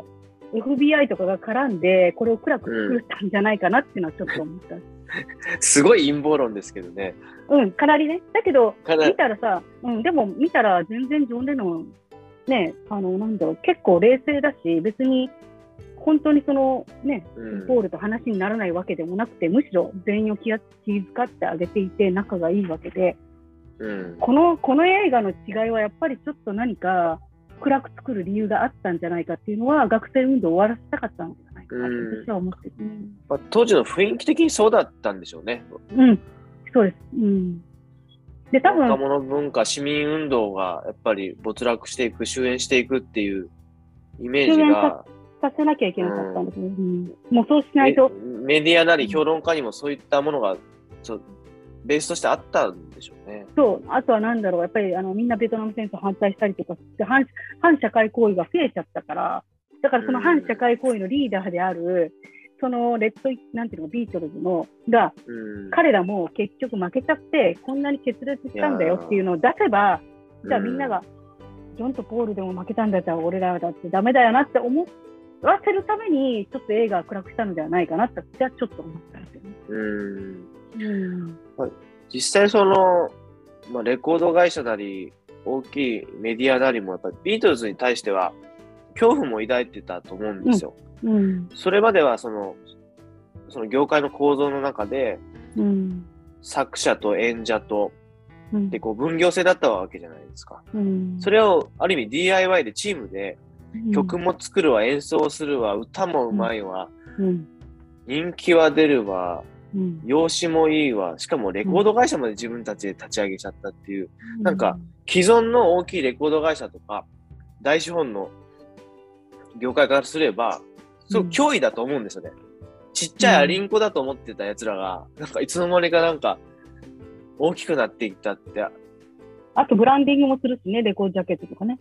FBI とかが絡んでこれを暗く作ったんじゃないかなっていうのはちょっと思った。 すごい陰謀論ですけどね。 かなりね。だけど見たらさ、でも見たら全然ジョン・レノンね、なんだろう、結構冷静だし、別に本当にそのね、ポールと話にならないわけでもなくて、むしろ全員を気遣ってあげていて仲がいいわけで、この映画の違いはやっぱりちょっと何か暗く作る理由があったんじゃないかっていうのは、学生運動を終わらせたかったんじゃないかなと私は思ってる。 当時の雰囲気的にそうだったんでしょうね。 そうです。で、多分若者文化、市民運動がやっぱり没落していく、終焉していくっていうイメージがさせなきゃいけなかったんですね。もうそうしないとメディアなり評論家にもそういったものがベースとしてあったんでしょうね。 あとはなんだろう、やっぱりみんなベトナム戦争反対したりとかして反社会行為が増えちゃったから、だからその反社会行為のリーダーであるそのなんていうの、ビートルズが、彼らも結局負けちゃってこんなに決裂したんだよっていうのを出せば、じゃあみんながジョンとポールでも負けたんだったら俺らだってダメだよなって思わせるためにちょっと映画を暗くしたのではないかなって私はちょっと思ったんですよね。 実際レコード会社なり大きいメディアなりもやっぱりビートルズに対しては恐怖も抱いてたと思うんですよ。それまではその業界の構造の中で、作者と演者とで分業制だったわけじゃないですか。それをある意味 DIY でチームで曲も作るわ、演奏するわ、歌もうまいわ、人気は出るわ、容姿もいいわ、しかもレコード会社まで自分たちで立ち上げちゃったっていう、なんか既存の大きいレコード会社とか大資本の業界からすればすごく脅威だと思うんですよね。ちっちゃいアリンコだと思ってた奴らが、なんかいつの間にかなんか大きくなっていったって。 あとブランディングもするしね、レコードジャケットとかね。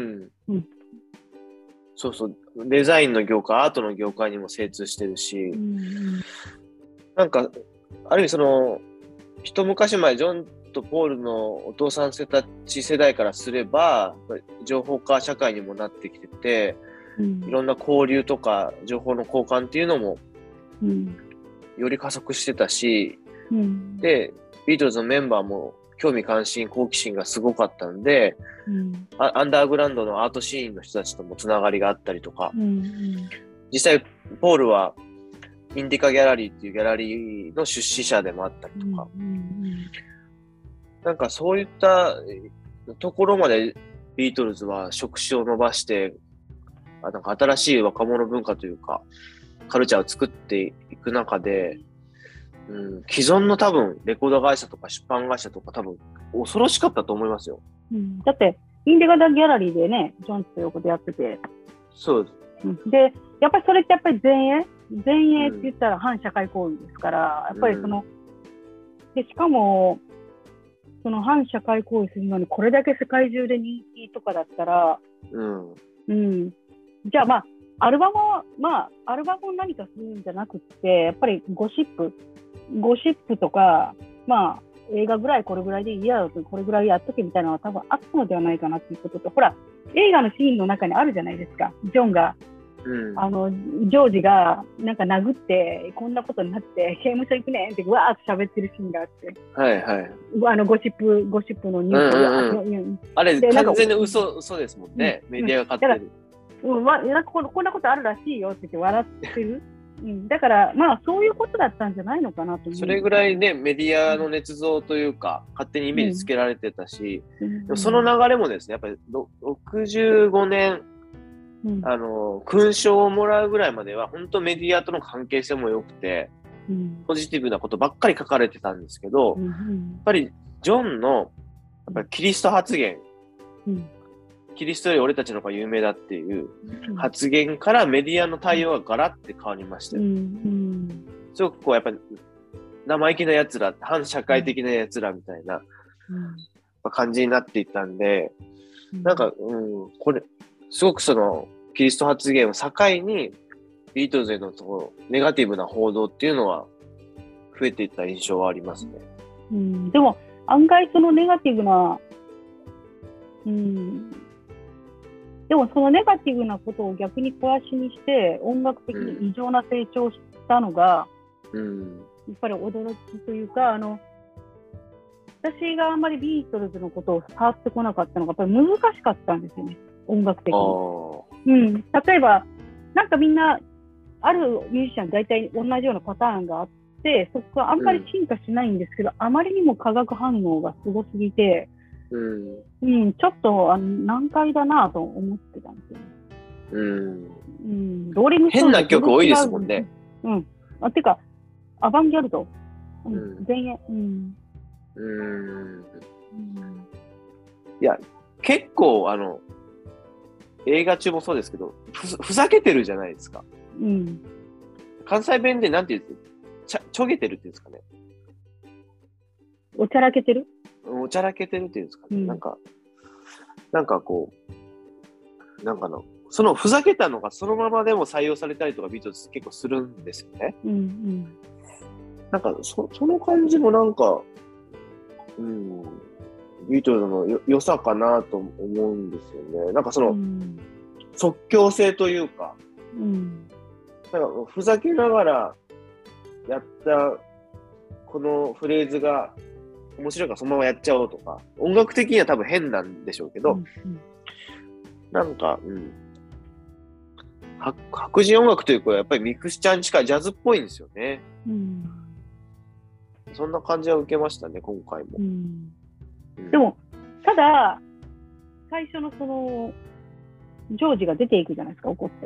そうそう、デザインの業界、アートの業界にも精通してるし、なんかある意味一昔前ジョンとポールのお父さんたち世代からすれば情報化社会にもなってきてて、いろんな交流とか情報の交換っていうのもより加速してたし、でビートルズのメンバーも興味関心好奇心がすごかったんで、アンダーグラウンドのアートシーンの人たちともつながりがあったりとか、実際ポールはインディカギャラリーっていうギャラリーの出資者でもあったりとか、なんかそういったところまでビートルズは触手を伸ばしてなんか新しい若者文化というかカルチャーを作っていく中で、既存の多分レコード会社とか出版会社とか多分恐ろしかったと思いますよ。 だってインディカギャラリーでね、ジョンと横でやってて、 そうです。 でやっぱりそれってやっぱり前衛って言ったら反社会行為ですから、やっぱりでしかもその反社会行為するのにこれだけ世界中で人気とかだったら、じゃあアルバムを何かするんじゃなくって、やっぱりゴシップとか、映画ぐらいこれぐらいでいいやろと、これぐらいやっとけみたいなのは多分あったのではないかなっていうことと、ほら映画のシーンの中にあるじゃないですか。ジョンが、ジョージがなんか殴ってこんなことになって刑務所行くねんってわーっと喋ってるシーンがあって、ゴシップのニュース、 あれ完全に嘘ですもんね、メディアが勝ってる。 なんかこんなことあるらしいよって言って笑ってる。だからそういうことだったんじゃないのかなと思う。 それぐらいね、メディアの捏造というか、勝手にイメージつけられてたし、でもその流れもですね、やっぱり65年、勲章をもらうぐらいまでは本当メディアとの関係性も良くて、ポジティブなことばっかり書かれてたんですけど、やっぱりジョンのやっぱりキリスト発言、 うん、 キリストより俺たちの方が有名だっていう発言からメディアの対応がガラッて変わりましたよ。すごくこうやっぱり生意気な奴ら、反社会的な奴らみたいな感じになっていったんで、なんか、これ、すごくそのキリスト発言を境にビートルズへのネガティブな報道っていうのは増えていった印象はありますね。 でも案外そのネガティブな、でもそのネガティブなことを逆に小足にして音楽的に異常な成長したのが、やっぱり驚きというか、私があんまりビートルズのことを触ってこなかったのがやっぱり難しかったんですよね、音楽的に。例えばなんかみんなあるミュージシャン大体同じようなパターンがあって、そこはあんまり進化しないんですけど、あまりにも化学反応がすごすぎて、ちょっと難解だなと思ってたんですよね。ローリングストーンズ変な曲多いですもんね。 てかアバンギャルド、前衛。 いや、結構映画中もそうですけど、ふざけてるじゃないですか。関西弁でなんて言うんですか、ちょげてるっていうんですかね。 おちゃらけてる？ おちゃらけてるっていうんですかね。なんかこう、そのふざけたのがそのままでも採用されたりとかビートルズ結構するんですよね。なんかその感じもなんか、ビートルズの良さかなと思うんですよね。なんかその、即興性というか、なんかふざけながらやったこのフレーズが面白いからそのままやっちゃおうとか、音楽的には多分変なんでしょうけど、なんか、白人音楽というかやっぱりミクスチャーに近いジャズっぽいんですよね。そんな感じは受けましたね、今回も。 でもただ最初のそのジョージが出ていくじゃないですか、怒って。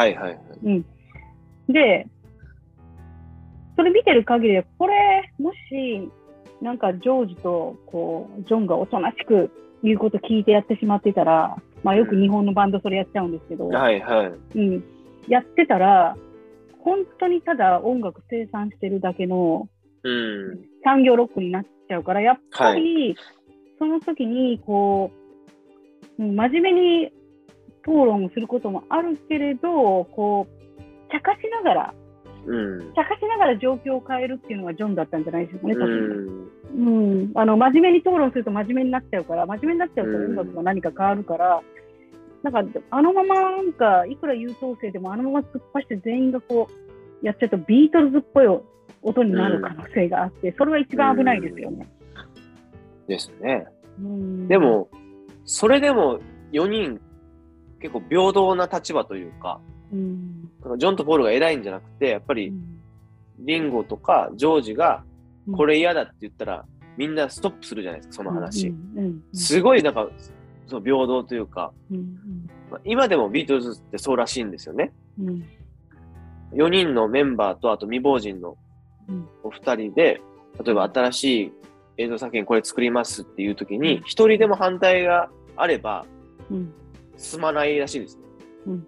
で、それ見てる限りで、これもしなんかジョージとこうジョンがおとなしく言うこと聞いてやってしまってたら、よく日本のバンドそれやっちゃうんですけど、やってたら本当にただ音楽生産してるだけの産業ロックになっちゃうから、やっぱりその時にこう真面目に討論をすることもあるけれど、こう茶化しながら状況を変えるっていうのがジョンだったんじゃないでしょうかね、多分。真面目に討論すると真面目になっちゃうから、真面目になっちゃうと音楽が何か変わるから、なんかあのままなんかいくら優等生でもあのまま突っ走って全員がこうやっちゃうとビートルズっぽい音になる可能性があって、それは一番危ないですよね。 ですね。でもそれでも4人結構平等な立場というか、ジョンとポールが偉いんじゃなくて、やっぱりリンゴとかジョージがこれ嫌だって言ったらみんなストップするじゃないですか、その話。すごいなんかその平等というか、今でもビートルズってそうらしいんですよね。4人のメンバーとあと未亡人のお二人で、例えば新しい映像作品これ作りますっていう時に一人でも反対があれば進まないらしいんですね。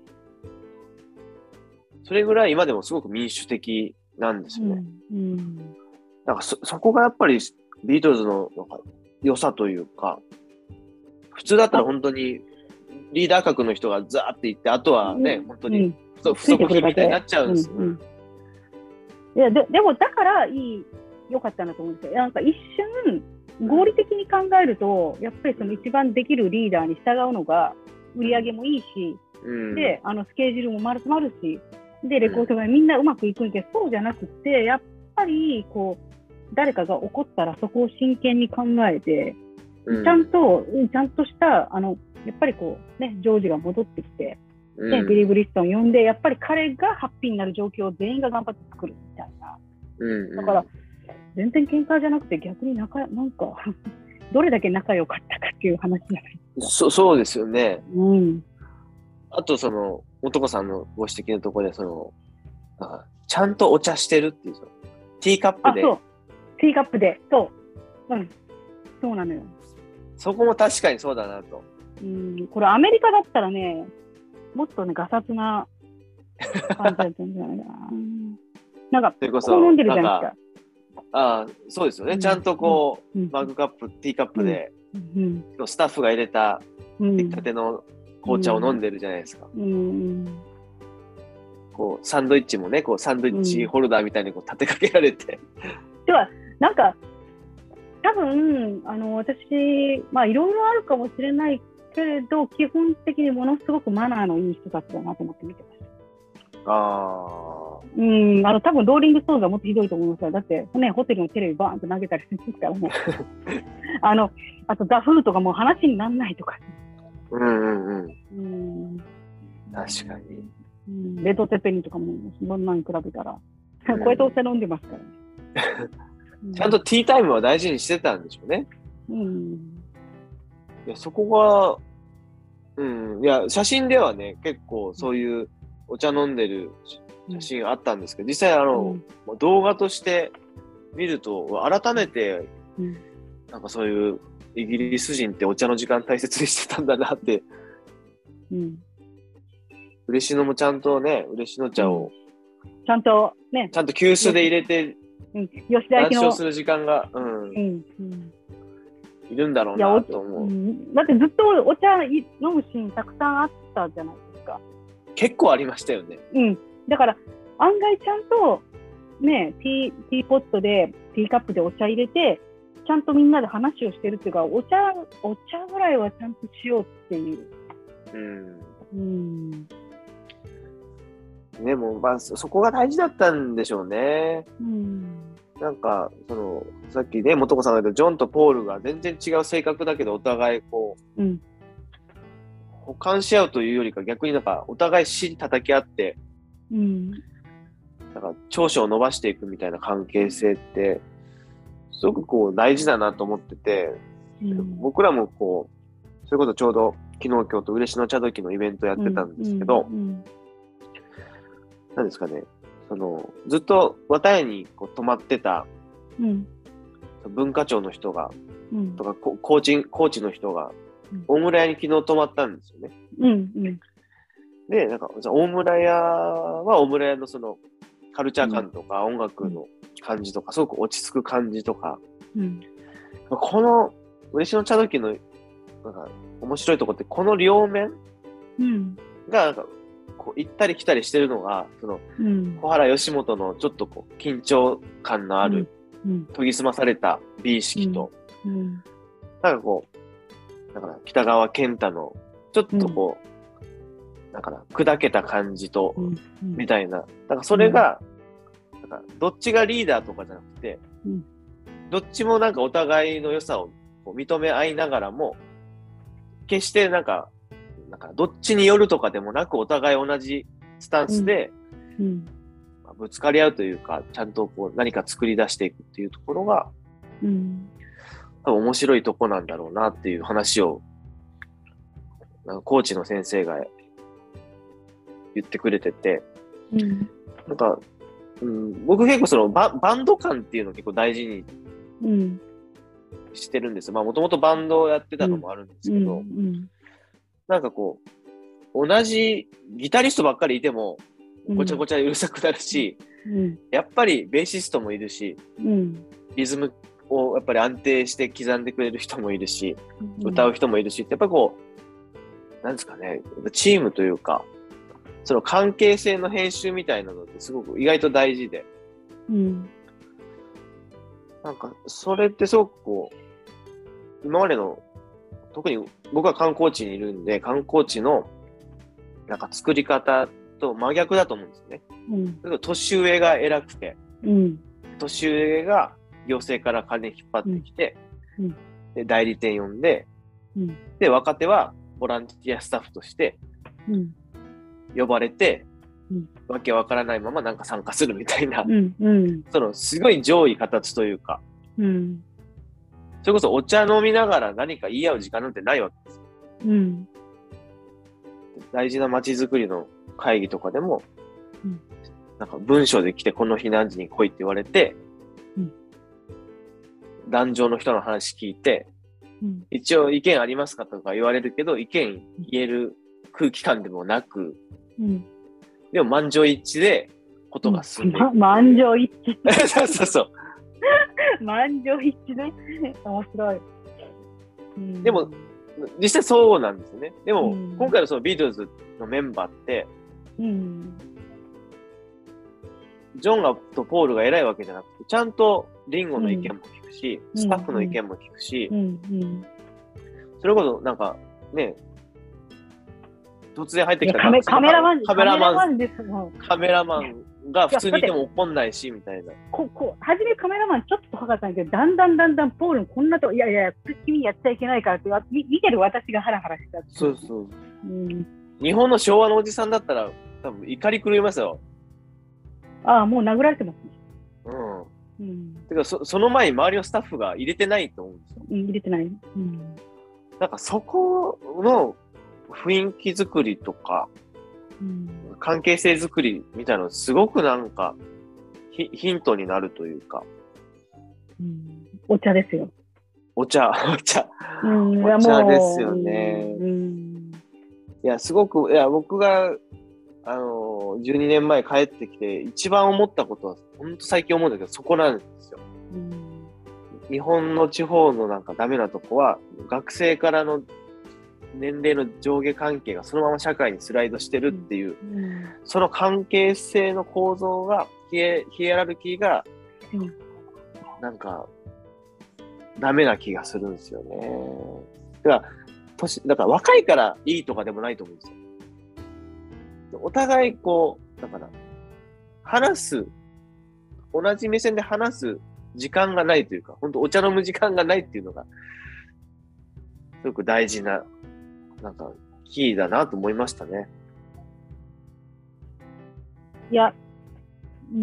それぐらい今でもすごく民主的なんですよね。なんかそこがやっぱりビートルズのなんか良さというか、普通だったら本当にリーダー格の人がザーって言って、あとはね、本当に不足品みたいになっちゃうんですよ。 いやでもだから良かったなと思うんですよ。なんか一瞬合理的に考えると、やっぱりその一番できるリーダーに従うのが売り上げもいいし、でスケジュールも丸まるし、でレコードがみんなうまくいくんけど、そうじゃなくて、やっぱりこう誰かが怒ったらそこを真剣に考えて、ちゃんとしたやっぱりこうね、ジョージが戻ってきて、ビリー・ブリストン呼んで、やっぱり彼がハッピーになる状況を全員が頑張って作るみたいな。だから全然喧嘩じゃなくて、逆になんかどれだけ仲良かったかっていう話じゃない。 そうですよね。あとその男さんのご指摘のところで、そのちゃんとお茶してるっていう、ティーカップで。 ティーカップで、 そうなのよ。 そこも確かにそうだなと。 これアメリカだったらね、もっとね、ガサツな感じだったんじゃないかな。なんか、こう飲んでるじゃないですか。 ああ、そうですよね。ちゃんとこう、マグカップ、ティーカップで、スタッフが入れた出来たての紅茶を飲んでるじゃないですか。こうサンドイッチもね、こうサンドイッチホルダーみたいにこう立てかけられて。 では、なんか、多分、私、まあ、いろいろあるかもしれないけれど、基本的にものすごくマナーのいい人たちだなと思って見てました。多分ローリングストーンズはもっとひどいと思いますよ。だって、ね、ホテルのテレビバーンって投げたりするんですからね。あと、ザ・フーとかもう話にならないとか。 確かに。 レッド・テペニとかも、そんなに比べたら、こうやってお茶飲んでますからね。 ちゃんとティータイムは大事にしてたんでしょうね。いや、そこが、いや、写真ではね、結構そういうお茶飲んでる写真あったんですけど、実際動画として見ると、改めて、なんかそういうイギリス人ってお茶の時間大切にしてたんだなって。嬉野もちゃんとね、嬉野茶を、 ちゃんとね、 ちゃんと急須で入れて、 吉田焼の談笑する時間が、いるんだろうなと思う。 だってずっとお茶飲むシーンたくさんあったじゃないですか。 結構ありましたよね。 だから案外ちゃんとね、ティーポットでティーカップでお茶入れて、ちゃんとみんなで話をしてるっていうか、お茶ぐらいはちゃんとしようっていう。 でも、まあ、そこが大事だったんでしょうね。なんか、さっきね、素子さんが言ったジョンとポールが全然違う性格だけど、お互いこう、補完し合うというよりか、逆になんか、お互い尻叩き合って、なんか、長所を伸ばしていくみたいな関係性って、すごくこう、大事だなと思ってて、僕らもこう、それこそちょうど、昨日今日と嬉野茶時のイベントやってたんですけど、何ですかね、ずっと綿屋にこう泊まってた文化庁の人が、とかコーチの人が、大村屋に昨日泊まったんですよね。で、なんか大村屋は大村屋のそのカルチャー感とか音楽の感じとか、すごく落ち着く感じとか、この嬉野茶時のなんか面白いところって、この両面がなんかこう行ったり来たりしてるのが、小原義元のちょっとこう緊張感のある、研ぎ澄まされた美意識と、なんかこう、だから北川健太のちょっとこう、だから砕けた感じと、みたいな、だからそれが、なんかどっちがリーダーとかじゃなくて、どっちもなんかお互いの良さをこう認め合いながらも、決してなんかどっちによるとかでもなく、お互い同じスタンスで、ぶつかり合うというか、ちゃんとこう何か作り出していくっていうところが、多分面白いとこなんだろうなっていう話を、コーチの先生が言ってくれてて、なんか、僕結構そのバンド感っていうのを結構大事にしてるんですよ。まあもともとバンドをやってたのもあるんですけど、なんかこう、同じギタリストばっかりいても、ごちゃごちゃうるさくなるし、やっぱりベーシストもいるし、リズムをやっぱり安定して刻んでくれる人もいるし、歌う人もいるし、やっぱりこう、なんですかね、チームというか、その関係性の編集みたいなのってすごく意外と大事で、なんかそれってすごくこう、今までの、特に僕は観光地にいるんで、観光地のなんか作り方と真逆だと思うんですよね。年上が偉くて、年上が行政から金引っ張ってきて、で代理店呼んで、で若手はボランティアスタッフとして呼ばれて、わけわからないままなんか参加するみたいな、そのすごい上位形というか、それこそお茶飲みながら何か言い合う時間なんてないわけですよ。大事な街づくりの会議とかでも、なんか文章で来てこの日何時に来いって言われて、 壇上の人の話聞いて、一応意見ありますかとか言われるけど、意見言える空気感でもなく、でも満場一致でことが進んでいく。 満場一致。 そうそうそう。 満場一致ね。面白い。 でも、実際そうなんですよね。でも、今回のそのビートルズのメンバーって、ジョンとポールが偉いわけじゃなくて、ちゃんとリンゴの意見も聞くし、スタッフの意見も聞くし、それこそなんかね、突然入ってきたカメラマンが普通にいても怒んないしみたいな。 初めカメラマンちょっと高かったんだけど、だんだんポールこんなと、いや君やっちゃいけないからって見てる私がハラハラした。 そうそう。日本の昭和のおじさんだったら多分怒り狂いますよ。 ああ、もう殴られてますね。 てかその前に周りのスタッフが入れてないと思うんですよ。 入れてない。 なんかそこの雰囲気作りとか、関係性作りみたいなのすごくなんかヒントになるというか。 お茶ですよ。 お茶ですよね。いや、すごく、僕が、12年前帰ってきて一番思ったことは、本当最近思うんだけど、そこなんですよ。日本の地方のなんかダメなとこは、学生からの年齢の上下関係がそのまま社会にスライドしてるっていう、その関係性の構造が、ヒエラルキーが、なんか、ダメな気がするんですよね。だから若いからいいとかでもないと思うんですよ。お互いだから同じ目線で話す時間がないというか、本当お茶飲む時間がないっていうのがすごく大事ななんかキーだなと思いましたね。 いや、 で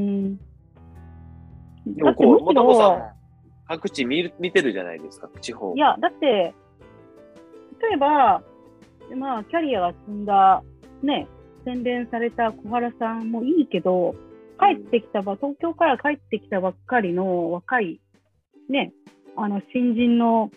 ももとこさんも各地見てるじゃないですか、地方。 いや、だって例えばキャリアが積んだね、洗練された小原さんもいいけど、東京から帰ってきたばっかりの若いね、新人の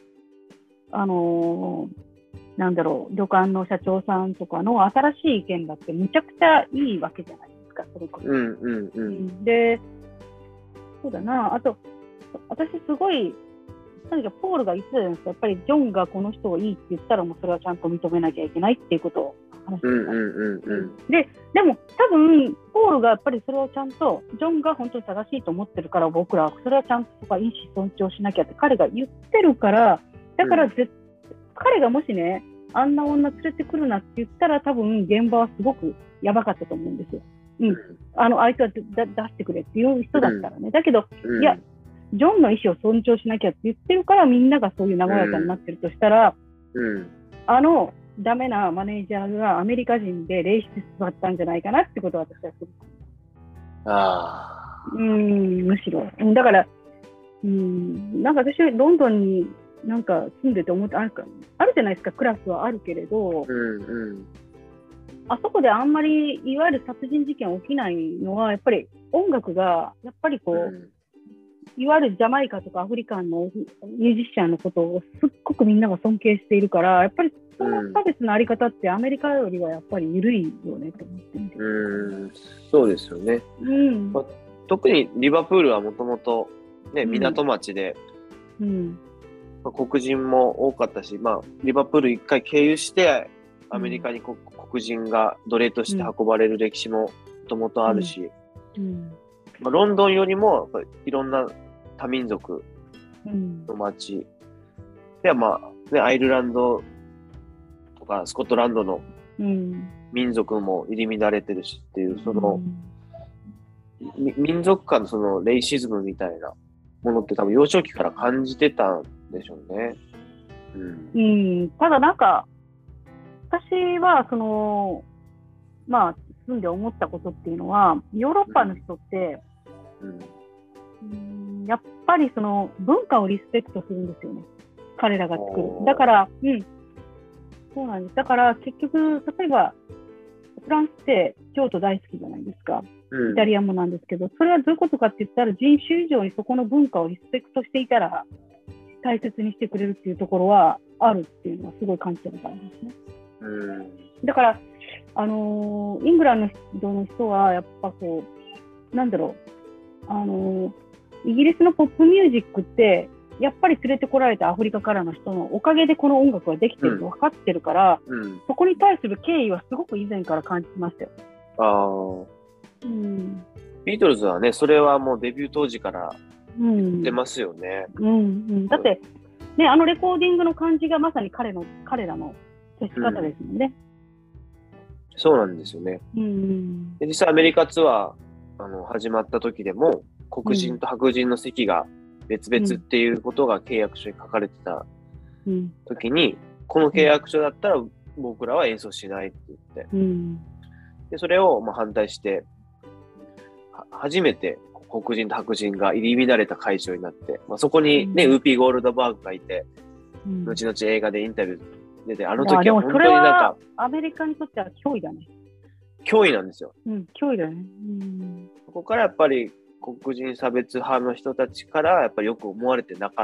旅館の社長さんとかの新しい意見だってむちゃくちゃいいわけじゃないですか、それこそ。で、そうだな、あと私すごい何かポールが言ってたじゃないですか。やっぱりジョンがこの人をいいって言ったら、もうそれはちゃんと認めなきゃいけないっていうことを話してた。でも多分ポールがやっぱりそれをちゃんとジョンが本当に正しいと思ってるから、僕らはそれはちゃんとそこは意思尊重しなきゃって彼が言ってるから、だから彼がもしね、あんな女連れてくるなって言ったら、多分現場はすごくやばかったと思うんですよ。相手は出してくれっていう人だったらね。だけど、いや、ジョンの意思を尊重しなきゃって言ってるから、みんながそういう和やかになってるとしたら、ダメなマネージャーがアメリカ人でレイシストだったんじゃないかなってことは私はする。むしろ。だから、なんか私はロンドンになんか住んでて思ってあるじゃないですか、クラスはあるけれど、あそこであんまりいわゆる殺人事件起きないのは、やっぱり音楽がやっぱりいわゆるジャマイカとかアフリカンのミュージシャンのことをすっごくみんなが尊敬しているから、やっぱりその差別のあり方ってアメリカよりはやっぱり緩いよねと思ってみて。 そうですよね。特にリバプールはもともと港町で、黒人も多かったし、リバプール一回経由してアメリカに黒人が奴隷として運ばれる歴史ももともとあるし、ロンドンよりもやっぱりいろんな多民族の街では、アイルランドとかスコットランドの民族も入り乱れてるしっていう、その民族間のそのレイシズムみたいなものって多分幼少期から感じてたんでしょうね。 ただなんか私は住んで思ったことっていうのは、ヨーロッパの人って、やっぱりその文化をリスペクトするんですよね、彼らが作る。だから、そうなんです。だから結局、例えばフランスって京都大好きじゃないですか。 イタリアもなんですけど、それはどういうことかって言ったら、人種以上にそこの文化をリスペクトしていたら、大切にしてくれるっていうところはあるっていうのはすごい感じてるからですね。だから、イングランドの人は、やっぱこう、なんだろう、イギリスのポップミュージックって、やっぱり連れてこられたアフリカからの人のおかげでこの音楽ができてると分かってるから、そこに対する敬意はすごく以前から感じましたよ。 ビートルズはね、それはもうデビュー当時から言ってますよね。 だって、ね、あのレコーディングの感じがまさに彼らの接し方ですもんね。 そうなんですよね。で実際アメリカツアー始まった時でも、黒人と白人の席が別々っていうことが契約書に書かれてた時に、この契約書だったら僕らは演奏しないって言って、でそれを反対して、初めて黒人と白人が入り乱れた会場になって、そこにね、ウーピー・ゴールドバーグがいて、後々映画でインタビュー出て、あの時は本当になんか、 アメリカにとっては脅威だね。 脅威なんですよ。 脅威だね。 そこからやっぱり黒人差別派の人たちからやっぱりよく思われてなかった。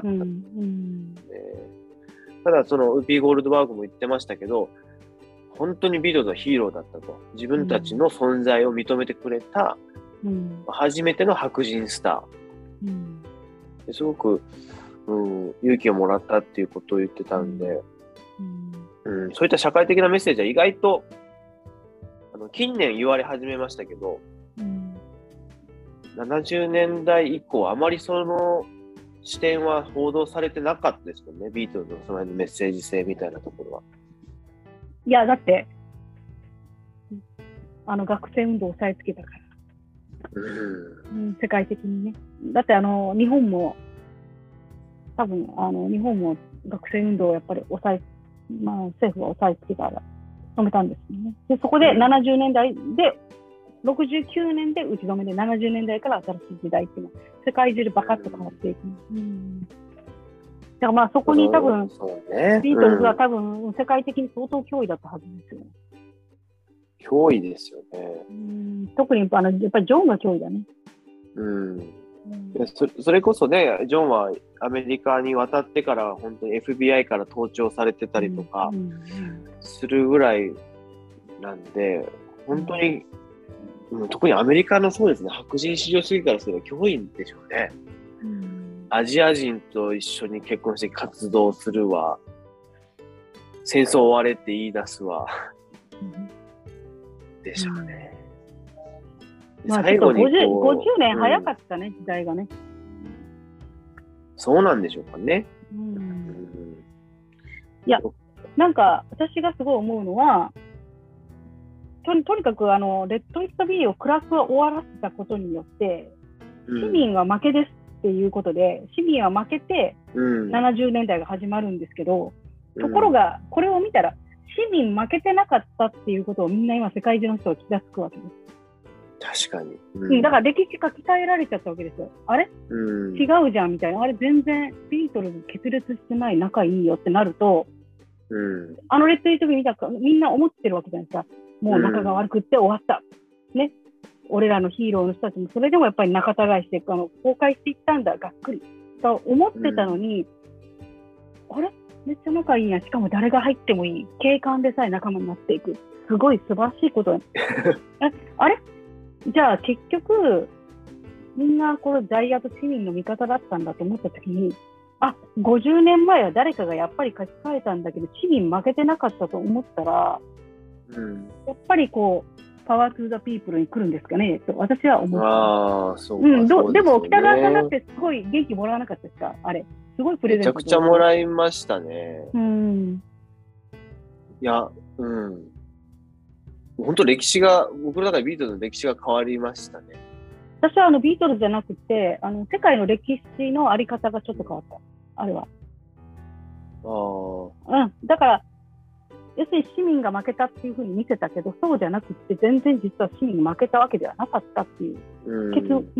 ただそのウーピー・ゴールドバーグも言ってましたけど、本当にビートルズはヒーローだったと。自分たちの存在を認めてくれた、初めての白人スター。ですごく、勇気をもらったっていうことを言ってたんで、そういった社会的なメッセージは意外と近年言われ始めましたけど、70年代以降あまりその視点は報道されてなかったですもんね。ビートルズのその辺のメッセージ性みたいなところは。 いやだって学生運動を押さえつけたから、世界的にね。だって日本も多分日本も学生運動をやっぱり政府は押さえつけたら止めたんですよね。でそこで70年代で69年で打ち止めで、70年代から新しい時代っていうのは世界中でバカッと変わっていく。だからそこに多分、ビートルズは多分世界的に相当脅威だったはずですよね。 脅威ですよね。 特にやっぱりジョンが脅威だね。 それこそね、ジョンはアメリカに渡ってから本当に FBI から盗聴されてたりとかするぐらいなんで、本当に、特にアメリカのそうですね、白人至上主義からすれば脅威でしょうね。アジア人と一緒に結婚して活動するわ、戦争終われって言い出すわ、でしょうね。 最後に50年早かったね、時代がね。 そうなんでしょうかね。 いや、なんか私がすごい思うのは、とにかくレッド・イット・ビーをクラスを終わらせたことによって、市民は負けですっていうことで、市民は負けて70年代が始まるんですけど、ところがこれを見たら市民負けてなかったっていうことをみんな今世界中の人は気がつくわけです。 確かに。 だから歴史書き換えられちゃったわけですよ。あれ、違うじゃんみたいな。あれ全然ビートルズ決裂してない、仲いいよってなると、レッド・イット・ビー見たかみんな思ってるわけじゃないですか。もう仲が悪くって終わった。ね。俺らのヒーローの人たちもそれでもやっぱり仲違いして崩壊していったんだ、がっくり。と思ってたのに、あれめっちゃ仲いいや。しかも誰が入ってもいい。警官でさえ仲間になっていく。すごい素晴らしいことあれじゃあ結局、みんなこのジャイアント市民の味方だったんだと思ったときに、50年前は誰かがやっぱり書き換えたんだけど、市民負けてなかったと思ったら、やっぱりパワートゥーザピープルに来るんですかねと私は思った。でも北川さんだってすごい元気もらわなかったですか？あれすごいプレゼント。 めちゃくちゃもらいましたね。いや、本当歴史が、僕の中でビートルズの歴史が変わりましたね。 私はビートルズじゃなくて、世界の歴史のあり方がちょっと変わった。あれは。だから、要するに市民が負けたっていうふうに見せたけど、そうじゃなくて、全然実は市民が負けたわけではなかったっていう。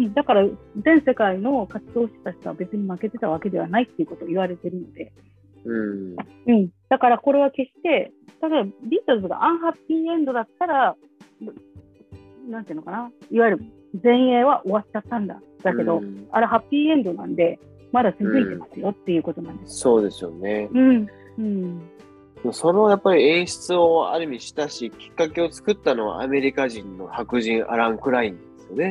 だから、全世界の活動した人は別に負けてたわけではないっていうことを言われてるので。だからこれは決して、例えばビートルズがアンハッピーエンドだったら、 なんていうのかな、いわゆる前衛は終わっちゃったんだ。だけど、あれハッピーエンドなんで、まだ続いてますよっていうことなんです。 そうですよね。そのやっぱり演出をある意味したし、きっかけを作ったのはアメリカ人の白人アラン・クラインですよね。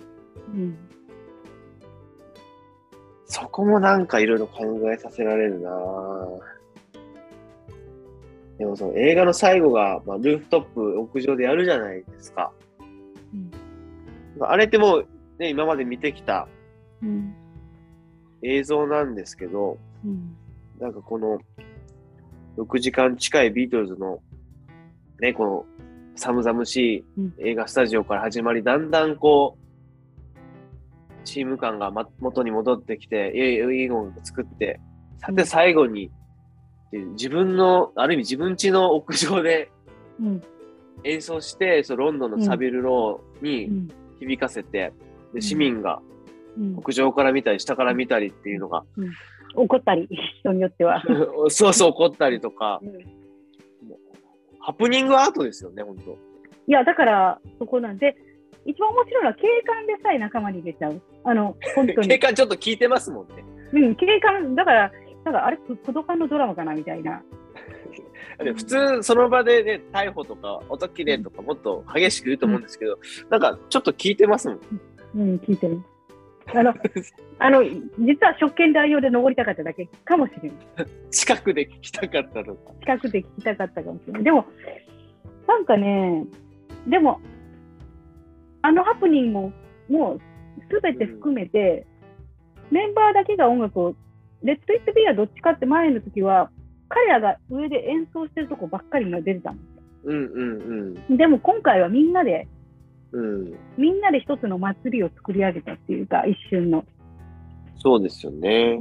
そこもなんかいろいろ考えさせられるなぁ。でもその映画の最後が、ルーフトップ屋上でやるじゃないですか。あれってもう、ね、今まで見てきた映像なんですけど、なんかこの6時間近いビートルズのね、この寒々しい映画スタジオから始まり、だんだんこう、チーム感が元に戻ってきて、いい音楽作って、さて最後に、自分の、ある意味自分家の屋上で演奏して、ロンドンのサビルローに響かせて、で市民が屋上から見たり下から見たりっていうのが、 怒ったり、人によっては。 そうそう怒ったりとか、ハプニングアートですよね、本当。 いや、だからそこなんで、一番面白いのは警官でさえ仲間に入れちゃう。本当に。 警官ちょっと聞いてますもんね。 警官、だから、あれ、クドカンのドラマかなみたいな。 普通、その場でね、逮捕とか、音切れとか、もっと激しく言うと思うんですけど、なんか、ちょっと聞いてますもん。 聞いてる。実は職権乱用で登りたかっただけかもしれない。 近くで聞きたかったのか。 近くで聞きたかったかもしれない。でも、なんかね、ハプニングも、もう、すべて含めて、メンバーだけが音楽を、レッド・イット・ビーはどっちかって前の時は、彼らが上で演奏してるとこばっかりが出てたんですよ。でも今回はみんなで一つの祭りを作り上げたっていうか、一瞬の。 そうですよね。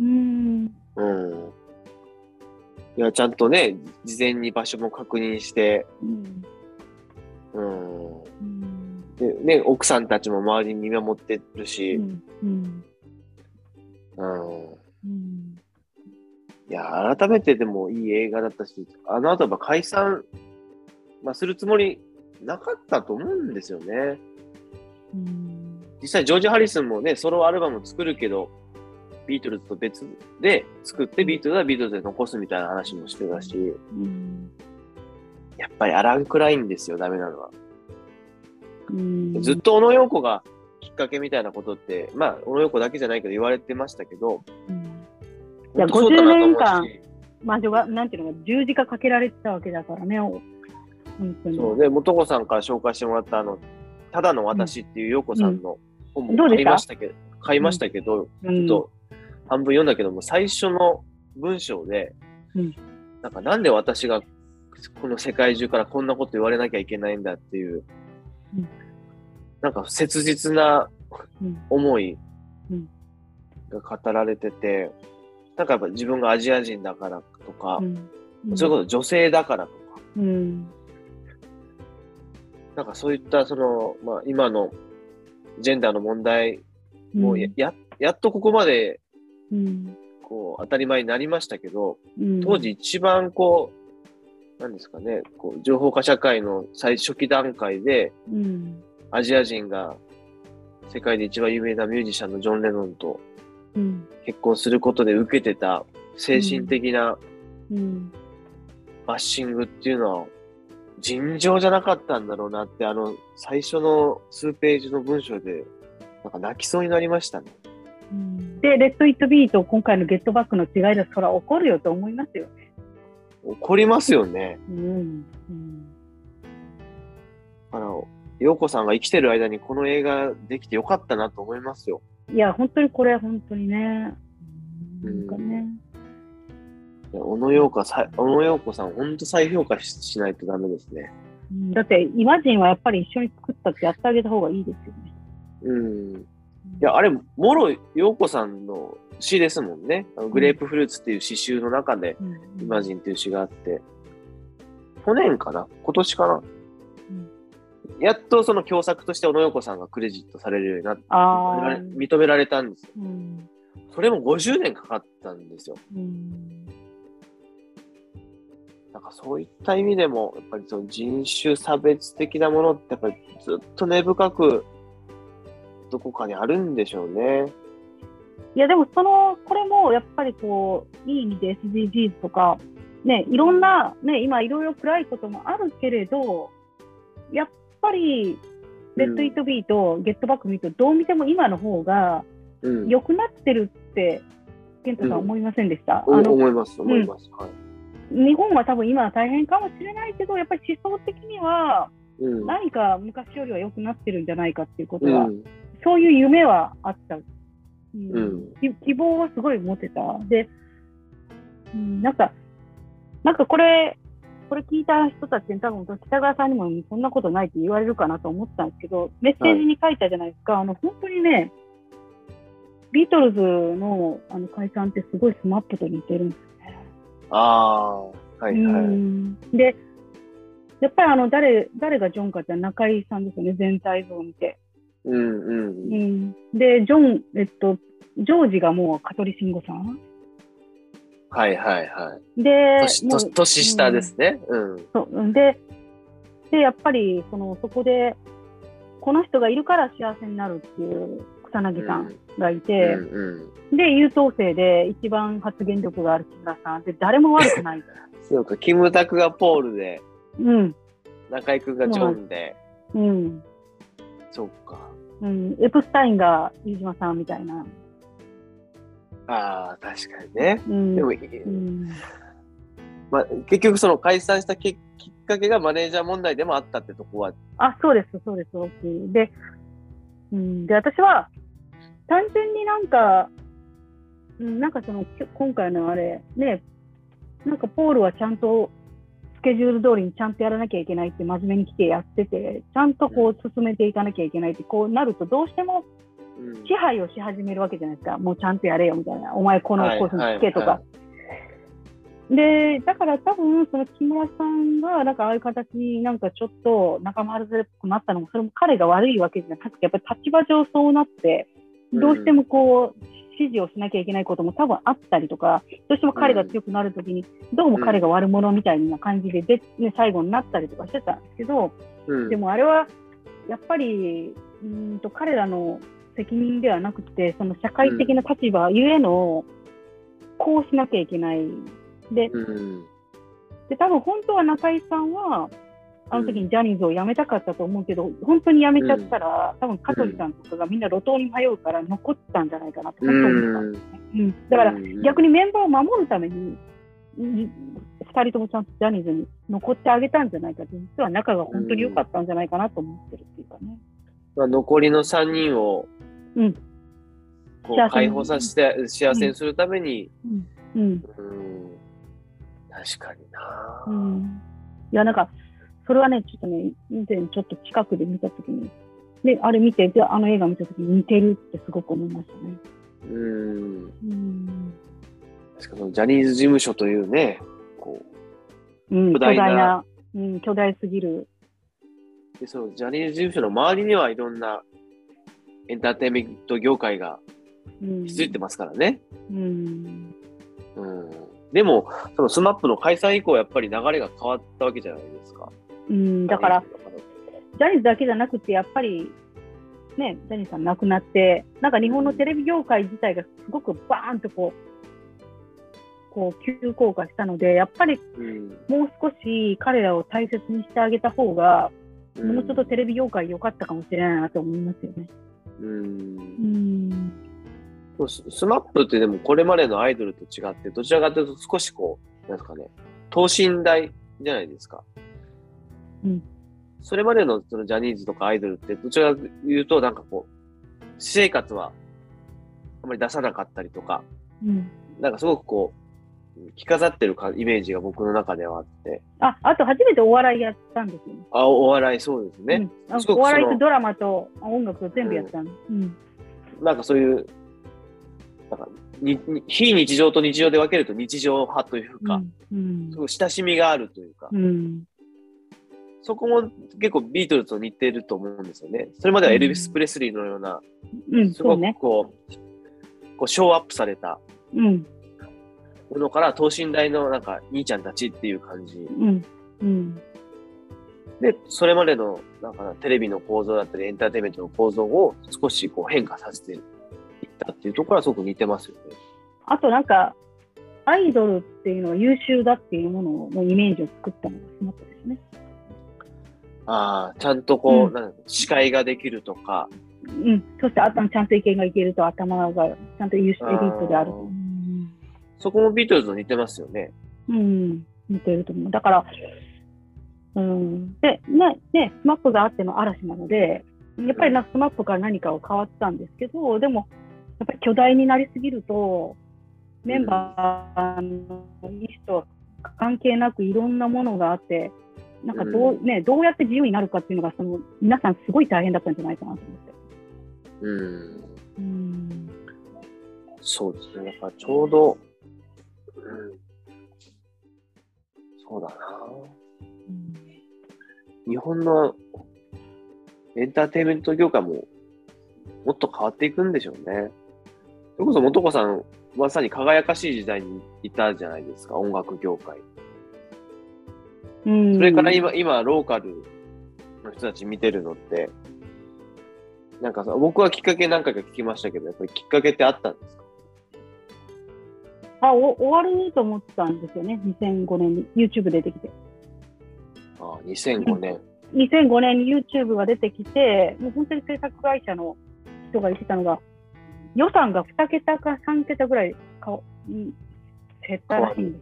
いや、ちゃんとね、事前に場所も確認して、でね、奥さんたちも周りに見守ってるし、いや、改めてでもいい映画だったし、あの後解散、するつもりなかったと思うんですよね。実際、ジョージ・ハリスンもね、ソロアルバム作るけど、ビートルズと別で作って、ビートルズはビートルズで残すみたいな話もしてたし、やっぱりアラン・クラインですよ、ダメなのは。ずっと小野洋子がきっかけみたいなことって、小野洋子だけじゃないけど言われてましたけど、 いや、50年間、魔女が、なんていうのか、十字架かけられてたわけだからね、 そうね、元子さんから紹介してもらったただの私っていう洋子さんの本も買いましたけど、ちょっと半分読んだけども、最初の文章で、なんで私がこの世界中からこんなこと言われなきゃいけないんだっていう、なんか切実な思いが語られてて、なんかやっぱ自分がアジア人だからとか、そういうこと女性だからとか、なんかそういった今のジェンダーの問題もやっとここまでこう当たり前になりましたけど、当時一番なんですかね、情報化社会の最初期段階で、アジア人が世界で一番有名なミュージシャンのジョン・レノンと結婚することで受けてた精神的なバッシングっていうのは尋常じゃなかったんだろうなって、最初の数ページの文章でなんか泣きそうになりましたね。 で、レッド・イット・ビーと今回のゲットバックの違いだ、それは怒るよと思いますよね。 怒りますよね。陽子さんが生きてる間にこの映画できてよかったなと思いますよ。 いや、本当にこれ、本当にね。なんかね。 小野洋子さん、本当再評価しないとダメですね。 だって、イマジンはやっぱり一緒に作ったってやってあげた方がいいですよね。 いや、あれ、もろ陽子さんの詩ですもんね。グレープフルーツっていう詩集の中で、イマジンっていう詩があって、去年かな今年かな、やっとその共作として小野洋子さんがクレジットされるようになって、認められたんですよ。それも50年かかったんですよ。 なんかそういった意味でも、やっぱりその人種差別的なものってやっぱりずっと根深くどこかにあるんでしょうね。 いやでもこれもやっぱりこういい意味で SDGs とかね、いろんなね、今いろいろ暗いこともあるけれど、やっぱりレッド・イート・ビーとゲット・バック・ミーとどう見ても今の方が良くなってるって健太さん思いませんでした？ 思います、はい。 日本は多分今は大変かもしれないけど、やっぱり思想的には何か昔よりは良くなってるんじゃないかっていうことは、そういう夢はあった。希望はすごい持てた。で、なんかこれ聞いた人たちに多分北川さんにもそんなことないって言われるかなと思ったんですけど、メッセージに書いたじゃないですか。本当にね、ビートルズの解散ってすごいスマップと似てるんですよね。 はいはい。 で、やっぱり誰がジョンかって中井さんですよね、全体像を見て。で、ジョージがもう香取慎吾さん。 はいはいはい。 で、 年下ですね。 で、やっぱりそこでこの人がいるから幸せになるっていう草薙さんがいて、で優等生で一番発言力がある木村さんで誰も悪くない。 そうか、キムタクがポールで、中居君がジョンで、そうか。 エプスタインが飯島さんみたいな。 確かにね。でも、結局その解散したきっかけがマネージャー問題でもあったってとこは。 そうです。で、私は単純になんか今回のあれね、なんかポールはちゃんとスケジュール通りにちゃんとやらなきゃいけないって真面目に来てやってて、ちゃんとこう進めていかなきゃいけないってこうなるとどうしても支配をし始めるわけじゃないですか。もうちゃんとやれよみたいな、お前このコースに聞けとか。で、だから多分その木村さんがなんかああいう形になんかちょっと仲間外れっぽくなったのも、それも彼が悪いわけじゃなくて、やっぱり立場上そうなってどうしてもこう指示をしなきゃいけないことも多分あったりとか、どうしても彼が強くなるときにどうも彼が悪者みたいな感じで最後になったりとかしてたんですけど、でもあれはやっぱり彼らの責任ではなくて、その社会的な立場ゆえのこうしなきゃいけないで、多分本当は中井さんはあの時にジャニーズを辞めたかったと思うけど、本当に辞めちゃったら、多分香取さんとかがみんな路頭に迷うから残ったんじゃないかなと本当に思ったんですね。だから逆にメンバーを守るために2人ともちゃんとジャニーズに残ってあげたんじゃないかって、実は仲が本当に良かったんじゃないかなと思ってるっていうかね。 残りの3人をこう解放させて幸せにするために、確かにな。 いやなんかそれはね、ちょっとね、以前ちょっと近くで見たときに、で、あれ見て、あの映画見たときに似てるってすごく思いましたね。 確かにジャニーズ事務所というね、こう、巨大な、巨大すぎる。 で、そのジャニーズ事務所の周りにはいろんなエンターテインメント業界がひっついてますからね。でも、そのスマップの解散以降、やっぱり流れが変わったわけじゃないですか。 だから、ジャニーズだけじゃなくて、やっぱり、ね、ジャニーさん亡くなって、なんか日本のテレビ業界自体がすごくバーンとこう急降下したので、やっぱりもう少し彼らを大切にしてあげた方が、もうちょっとテレビ業界良かったかもしれないなと思いますよね。 スマップってでもこれまでのアイドルと違って、どちらかというと少しこう、なんですかね、等身大じゃないですか。それまでのそのジャニーズとかアイドルって、どちらかというと、なんかこう、私生活はあまり出さなかったりとか、なんかすごくこう、着飾ってるイメージが僕の中ではあって。 あと初めてお笑いやったんですよね。 お笑い、そうですね。 お笑いとドラマと音楽を全部やったの。 なんかそういう、なんか非日常と日常で分けると日常派というか、すごい親しみがあるというか、そこも結構ビートルズと似てると思うんですよね。それまではエルビス・プレスリーのような、すごくこうショーアップされた、 ものから等身大のなんか兄ちゃんたちっていう感じ。 うんうん、 で、それまでのなんかテレビの構造だったりエンターテインメントの構造を少しこう変化させていったっていうところはすごく似てますよね。 あとなんかアイドルっていうのは優秀だっていうもののイメージを作ったのがスマップですね。 ああ、ちゃんとこう、なん司会ができるとか。 うん、そしてちゃんと意見がいけると、頭がちゃんとエリートであると。 そこもビートルズと似てますよね。 うん、似てると思う。だから、で、スマップがあっての嵐なので、やっぱりスマップから何かを変わったんですけど、でも、やっぱり巨大になりすぎると、メンバーの意思と関係なくいろんなものがあって、なんかどうやって自由になるかっていうのが、皆さんすごい大変だったんじゃないかなと思って。 そうですね。だからちょうど、そうだな、日本のエンターテインメント業界ももっと変わっていくんでしょうね。それこそ元子さん、まさに輝かしい時代にいたじゃないですか、音楽業界。それから今ローカルの人たち見てるのって、なんかさ、僕はきっかけ何回か聞きましたけど、やっぱりきっかけってあったんですか？ 終わると思ったんですよね、2005年に YouTube 出てきて。 2005年。 2005年に YouTube が出てきて、もう本当に制作会社の人が言ってたのが、予算が2桁か3桁ぐらい減ったらしいんです。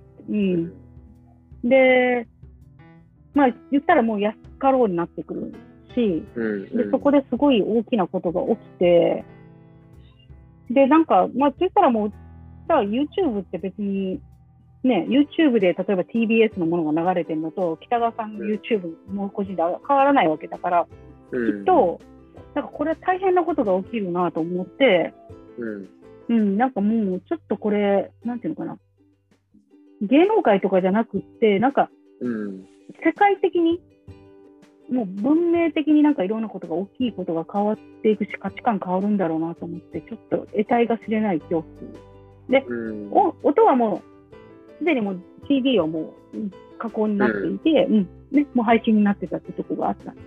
で、まあ言ったらもう安かろうになってくるし、でそこですごい大きなことが起きて、で、なんか、まあ言ったらもう、YouTube って別に、ね、YouTube で例えば TBS のものが流れてるのと、北川さんの YouTube も個人で変わらないわけだから、きっと、なんかこれは大変なことが起きるなと思って、なんかもうちょっとこれ、なんていうのかな、芸能界とかじゃなくって、なんか、世界的に、もう文明的になんかいろんなことが大きいことが変わっていくし、価値観変わるんだろうなと思って、ちょっと得体が知れない恐怖。で、音はもう、すでにもう CD はもう加工になっていて、もう配信になってたってとこがあったんです。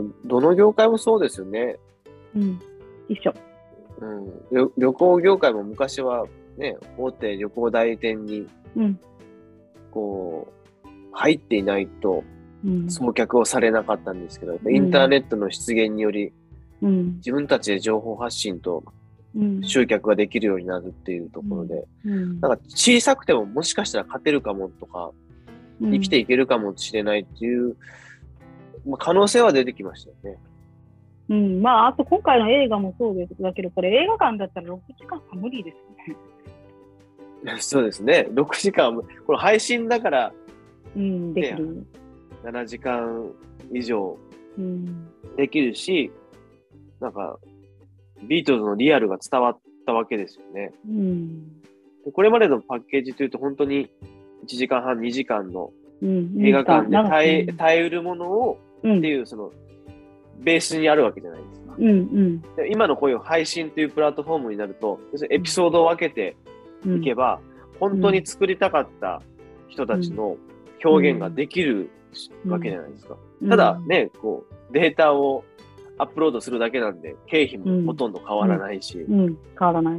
どの業界もそうですよね。 一緒。 旅行業界も昔はね、大手旅行代理店に、こう、入っていないと、送客をされなかったんですけど、インターネットの出現により、自分たちで情報発信と集客ができるようになるっていうところで、なんか小さくてももしかしたら勝てるかもとか、生きていけるかもしれないっていう、可能性は出てきましたよね。 まあ、あと今回の映画もそうですだけど、これ映画館だったら6時間は無理ですね。そうですね。6時間、これ配信だから、 できる。 7時間以上できるし、なんか、ビートルズのリアルが伝わったわけですよね。でこれまでのパッケージというと、本当に1時間半、2時間の映画館で耐えうるものをっていう、その、ベースにあるわけじゃないですか。で今のこういう配信というプラットフォームになると、要するにエピソードを分けていけば、本当に作りたかった人たちの表現ができるわけじゃないですか。ただね、こう、データをアップロードするだけなんで、経費もほとんど変わらないし。 変わらない。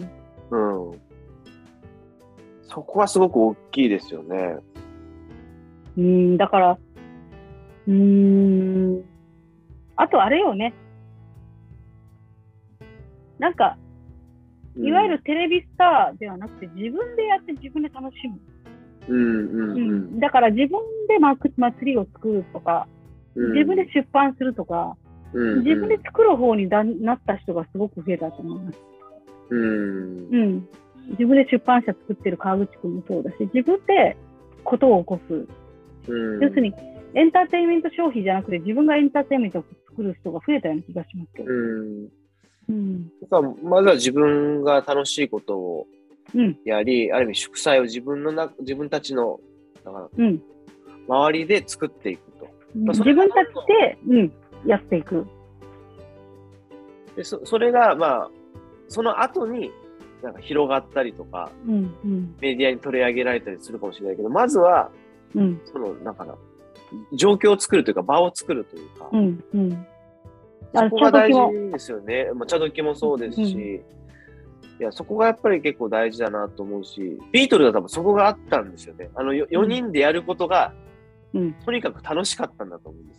そこはすごく大きいですよね。 だから、あとあれよね。なんか、いわゆるテレビスターではなくて、自分でやって自分で楽しむ。だから自分で祭りを作るとか、自分で出版するとか、自分で作る方になった人がすごく増えたと思います。自分で出版社作ってる川口くんもそうだし、自分でことを起こす。要するに、エンターテインメント消費じゃなくて、自分がエンターテインメントを作る人が増えたような気がしますけど。 まずは自分が楽しいことをやり、ある意味祝祭を自分たちのだから、周りで作っていくと。 自分たちで、やっていく。 でそれが、まあ、その後になんか広がったりとか、 うんうん、 メディアに取り上げられたりするかもしれないけど、まずは、 うん、 その、なんかな、状況を作るというか、場を作るというか、 うんうん、 そこが大事ですよね。まあ、茶時もそうですし、いや、そこがやっぱり結構大事だなと思うし、ビートルズは多分そこがあったんですよね。4人でやることが、とにかく楽しかったんだと思うんです。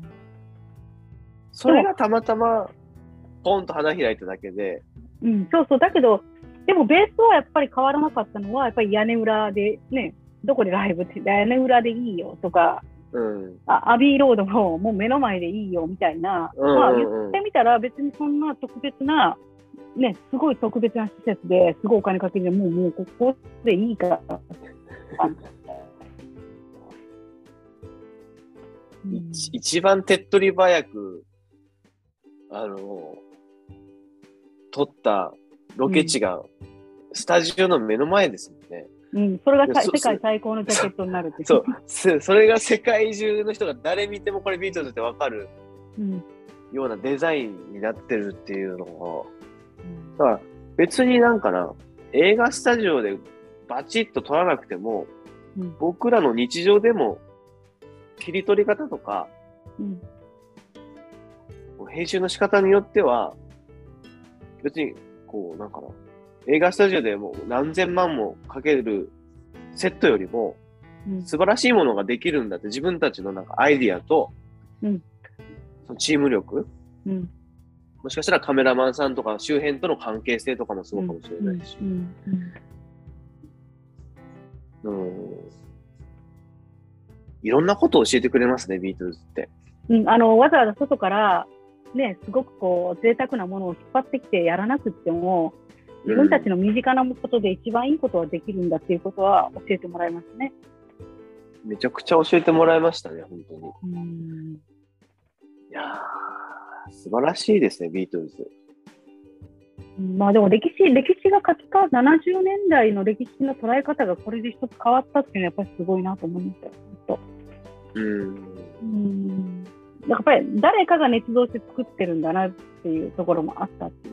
それがたまたま、ポンと花開いただけで。 そうそう。だけど、でもベースはやっぱり変わらなかったのは、やっぱり屋根裏でね、どこでライブって屋根裏でいいよとか、アビーロードももう目の前でいいよみたいな、まあ言ってみたら別にそんな特別な、ね、すごい特別な施設ですごいお金かけてもうここでいいから。 一番手っ取り早く、撮ったロケ地が、スタジオの目の前ですもんね。 それが世界最高のジャケットになるって。 そう、それが世界中の人が誰見てもこれビートルズってわかるようなデザインになってるっていうのが、だから別になんかな、映画スタジオでバチッと撮らなくても、僕らの日常でも切り取り方とか、編集の仕方によっては、別にこうなんかな、映画スタジオでもう何千万もかけるセットよりも素晴らしいものができるんだって自分たちのなんかアイディアと、そのチーム力、もしかしたらカメラマンさんとか周辺との関係性とかもそうかもしれないし、いろんなことを教えてくれますね、ビートルズって。 わざわざ外からね、すごくこう贅沢なものを引っ張ってきてやらなくても、自分たちの身近なことで一番いいことはできるんだっていうことは教えてもらいますね。 めちゃくちゃ教えてもらいましたね、本当に。いやー、素晴らしいですね、ビートルズ。 まあでも歴史が書き換わった70年代の歴史の捉え方がこれで一つ変わったっていうのはやっぱりすごいなと思いますよ、本当。やっぱり誰かが捏造して作ってるんだなっていうところもあったっていう。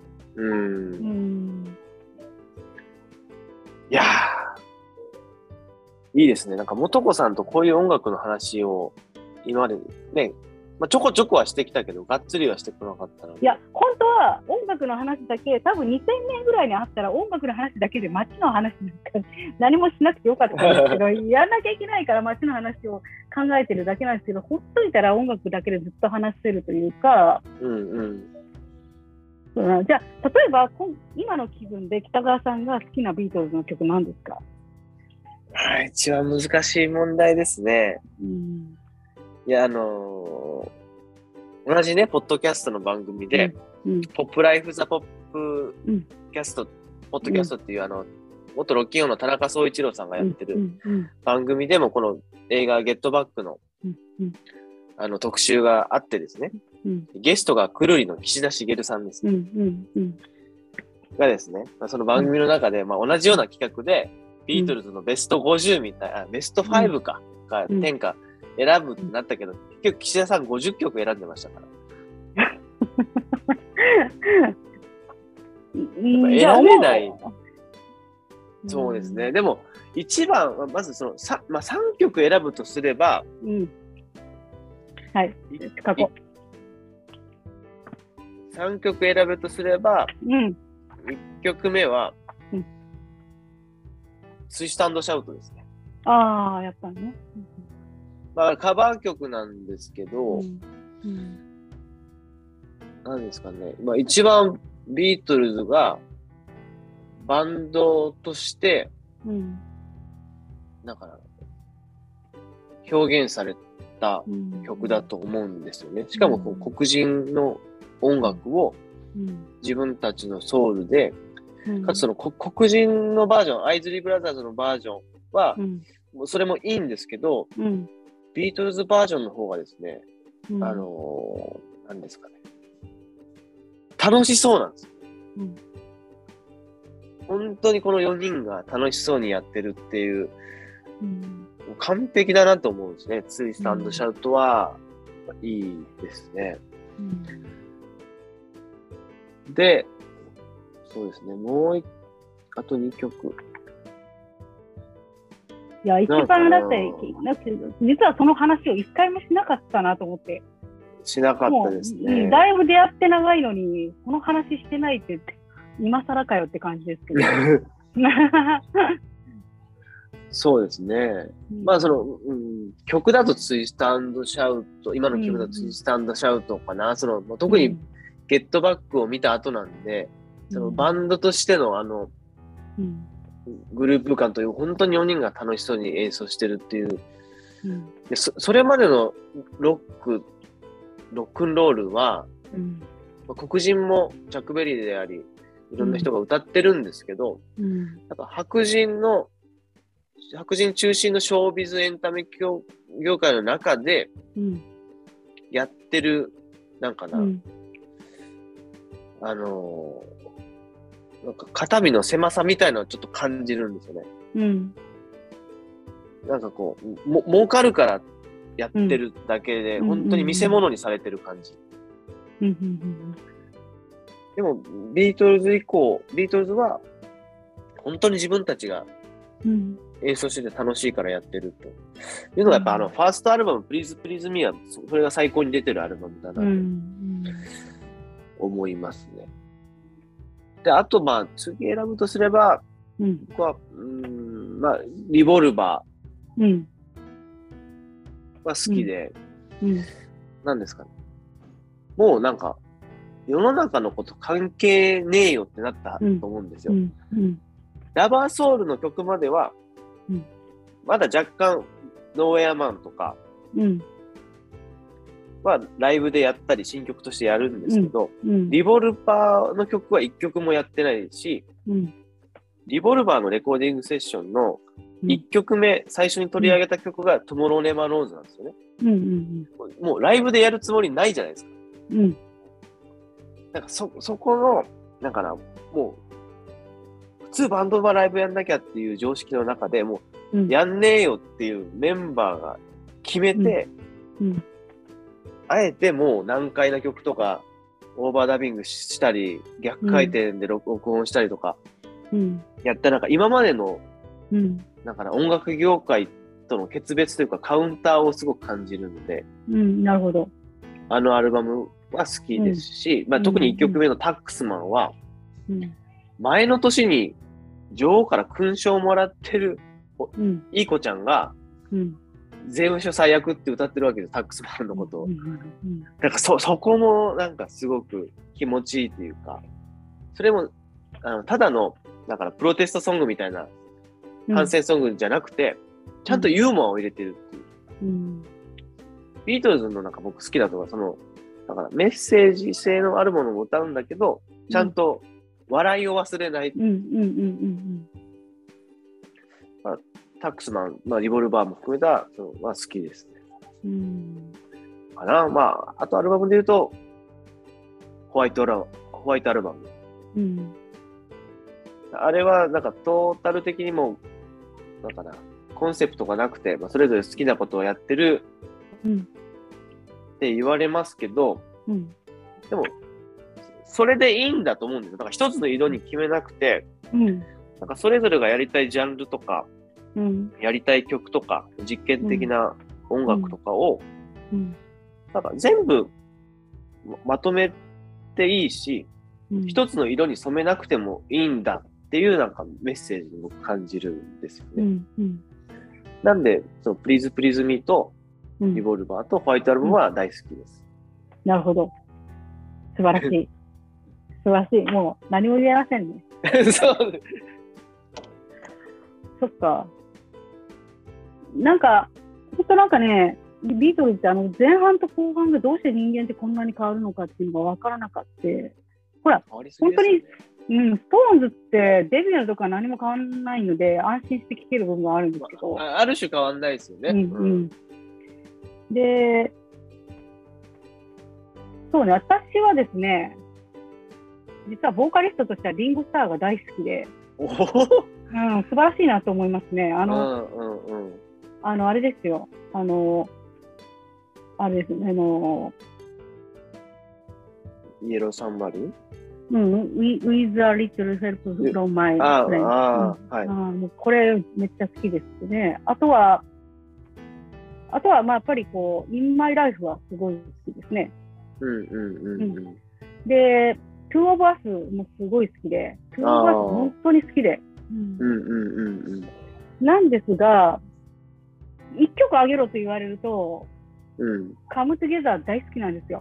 いやー、いいですね。なんか素子さんとこういう音楽の話を今までね、まあ、ちょこちょこはしてきたけど、がっつりはしてこなかったので。 いや、本当は音楽の話だけ、多分2000年ぐらいにあったら音楽の話だけで街の話なんか何もしなくてよかったんですけど、やんなきゃいけないから街の話を考えてるだけなんですけど、ほっといたら音楽だけでずっと話せるというか、じゃあ、例えば今の気分で北川さんが好きなビートルズの曲何ですか？ 一番難しい問題ですね。いや、同じね、ポッドキャストの番組で、ポップライフ・ザ・ポップキャスト、ポッドキャストっていう元ロッキンオンの田中総一郎さんがやってる番組でも、この映画ゲットバックの特集があってですね、ゲストがくるりの岸田茂さんですね。がですね、その番組の中で、まあ、同じような企画で、ビートルズのベスト50みたいな、ベスト5か、10か選ぶってなったけど、結局岸田さん50曲選んでましたから。選べない。そうですね。でも、一番は、まず3曲選ぶとすれば、 はい、過去。 3曲選ぶとすれば、1曲目は、ツイスト&シャウトですね。 ああ、やっぱりね。 まあ、カバー曲なんですけど、何ですかね。まあ、一番ビートルズがバンドとして、なんか、表現された曲だと思うんですよね。しかも黒人の音楽を自分たちのソウルで、かつその黒人のバージョン、アイズリー・ブラザーズのバージョンは、それもいいんですけど、ビートルズバージョンの方がですね、何ですかね、楽しそうなんですよ。本当にこの4人が楽しそうにやってるっていう、完璧だなと思うんですね。ツイスト&シャウトはいいですね。で、 そうですね。あと2曲。 いや、一番だって、実はその話を一回もしなかったなと思って。 しなかったですね。 だいぶ出会って長いのに、この話してないって言って、今更かよって感じですけど。 そうですね。まあ曲だとツイスト&シャウト、今の曲だとツイスト&シャウトかな。特にゲットバックを見た後なんで、バンドとしてのグループ感という本当に4人が楽しそうに演奏してるっていう。でそれまでのロックンロールは、黒人もチャックベリーであり、いろんな人が歌ってるんですけど、なんか白人中心のショービズエンタメ業界の中でやってる、なんかな、なんか肩身の狭さみたいなのをちょっと感じるんですよね。なんかこう、儲かるからやってるだけで、本当に見せ物にされてる感じ。でも、ビートルズは、本当に自分たちが演奏してて楽しいからやってると。いうのがやっぱファーストアルバム、Please Please Me は、それが最高に出てるアルバムだなと思いますね。で、あと、次選ぶとすれば、僕は、リボルバーは好きで、何ですかね。もうなんか、世の中のこと関係ねえよってなったと思うんですよ。ラバーソウルの曲までは、まだ若干、ノーエアマンとかはライブでやったり新曲としてやるんですけど、リボルバーの曲は1曲もやってないし、リボルバーのレコーディングセッションの1曲目、最初に取り上げた曲がトモローネバーノーズなんですよね。もうライブでやるつもりないじゃないですか。なんかそこの、なんかな、もう、普通バンドはライブやんなきゃっていう常識の中でもう、やんねえよっていうメンバーが決めて、あえてもう難解な曲とか、オーバーダビングしたり、逆回転で録音したりとか、やったなんか今までの、なんか音楽業界との決別というかカウンターをすごく感じるので、 なるほど。 あのアルバムは好きですし、特に1曲目のタックスマンは、前の年に女王から勲章をもらってるいい子ちゃんが、税務署最悪って歌ってるわけです、タックスマンのことを。なんかそこもなんかすごく気持ちいいというか、それもただのだからプロテストソングみたいな反戦ソングじゃなくて、ちゃんとユーモアを入れてるっていう。ビートルズのなんか僕好きだとか、だからメッセージ性のあるものも歌うんだけど、ちゃんと笑いを忘れない。タックスマン、リボルバーも含めたは好きですね。かな。あとアルバムで言うと、ホワイトアルバム。あれはなんかトータル的にも、なんかな、コンセプトがなくて、それぞれ好きなことをやってるって言われますけど、でも、それでいいんだと思うんですよ。だから一つの色に決めなくて、なんかそれぞれがやりたいジャンルとか、やりたい曲とか、実験的な音楽とかを、なんか全部まとめていいし、一つの色に染めなくてもいいんだっていうなんかメッセージを僕感じるんですよね。なんで、Please Please Me とリボルバーとホワイトアルバムは大好きです。 なるほど。素晴らしい。素晴らしい。もう何も言えませんね。 そうです。 そっか。なんか、ほんとなんかね、ビートルズって前半と後半がどうして人間ってこんなに変わるのかっていうのが分からなかった。ほら、本当に、ストーンズってデビューのとか何も変わらないので、安心して聴ける部分があるんですけど。 ある種変わらないですよね。 で、そうね、私はですね、実はボーカリストとしてはリンゴスターが大好きで、素晴らしいなと思いますね。あれですよ。あれですね。 イエローサンマリン？ with a little help from my friend。 はい。 もうこれめっちゃ好きですね。あとはまあやっぱりこう、In My Life はすごい好きですね。で、Two of Us もすごい好きで、Two of Us 本当に好きで。なんですが、一曲あげろと言われると、Come Together 大好きなんですよ。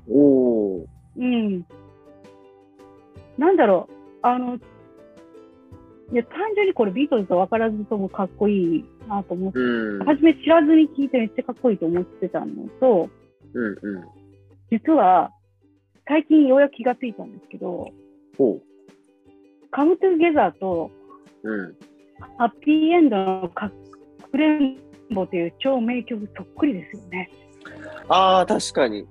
なんだろう、いや単純にこれビートルズと分からずともかっこいいなと思って、初め知らずに聞いてめっちゃかっこいいと思ってたのと、実は最近ようやく気がついたんですけど、Come Together と、ハッピーエンドのかくれんぼという超名曲そっくりですよね。 確かに。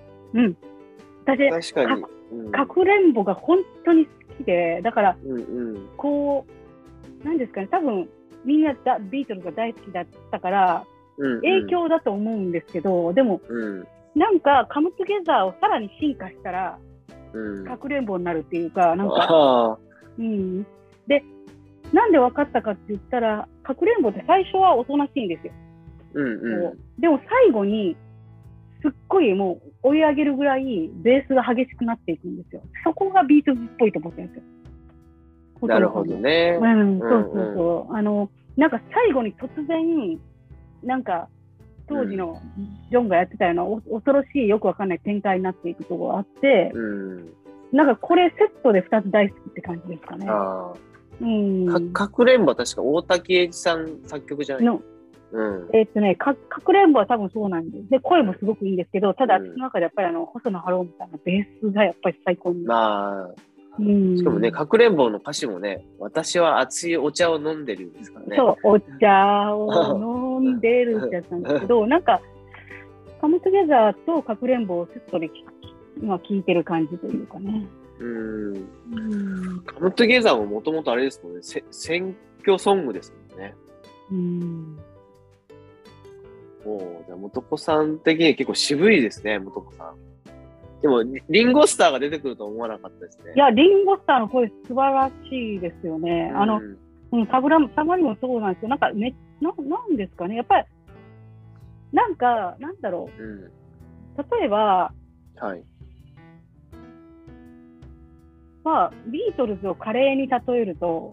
私、かくれんぼが本当に好きで、だから、こう、なんですかね、多分みんなビートルズが大好きだったから、影響だと思うんですけど、でも、なんか、カムトゥゲザーをさらに進化したら、かくれんぼになるっていうか、なんか、で、なんで分かったかって言ったら、かくれんぼって最初はおとなしいんですよ。でも最後に、すっごいもう追い上げるぐらいベースが激しくなっていくんですよ。そこがビートルズっぽいと思ってるんですよ。 なるほどね。 なんか最後に突然、なんか当時のジョンがやってたような恐ろしいよくわかんない展開になっていくところがあって、なんかこれセットで2つ大好きって感じですかね。 かくれんぼは確か大滝栄一さん作曲じゃないの？ かくれんぼは多分そうなんです。で、声もすごくいいんですけど、ただ、私の中でやっぱり細野晴臣さんのベースがやっぱり最高に。 しかもね、かくれんぼの歌詞もね、私は熱いお茶を飲んでるんですからね。 そう、お茶を飲んでるってやつなんですけど、なんか、カムトゥゲザーとかくれんぼをセットで今聴いてる感じというかね。 カムトゥゲザーももともとあれですもんね、選挙ソングですもんね。じゃあ、元子さん的に結構渋いですね、元子さん。でも、リンゴスターが出てくると思わなかったですね。 いや、リンゴスターの声素晴らしいですよね。たまにもそうなんですよ。なんかなんですかね。やっぱり、なんだろう。例えば、まあ、ビートルズをカレーに例えると、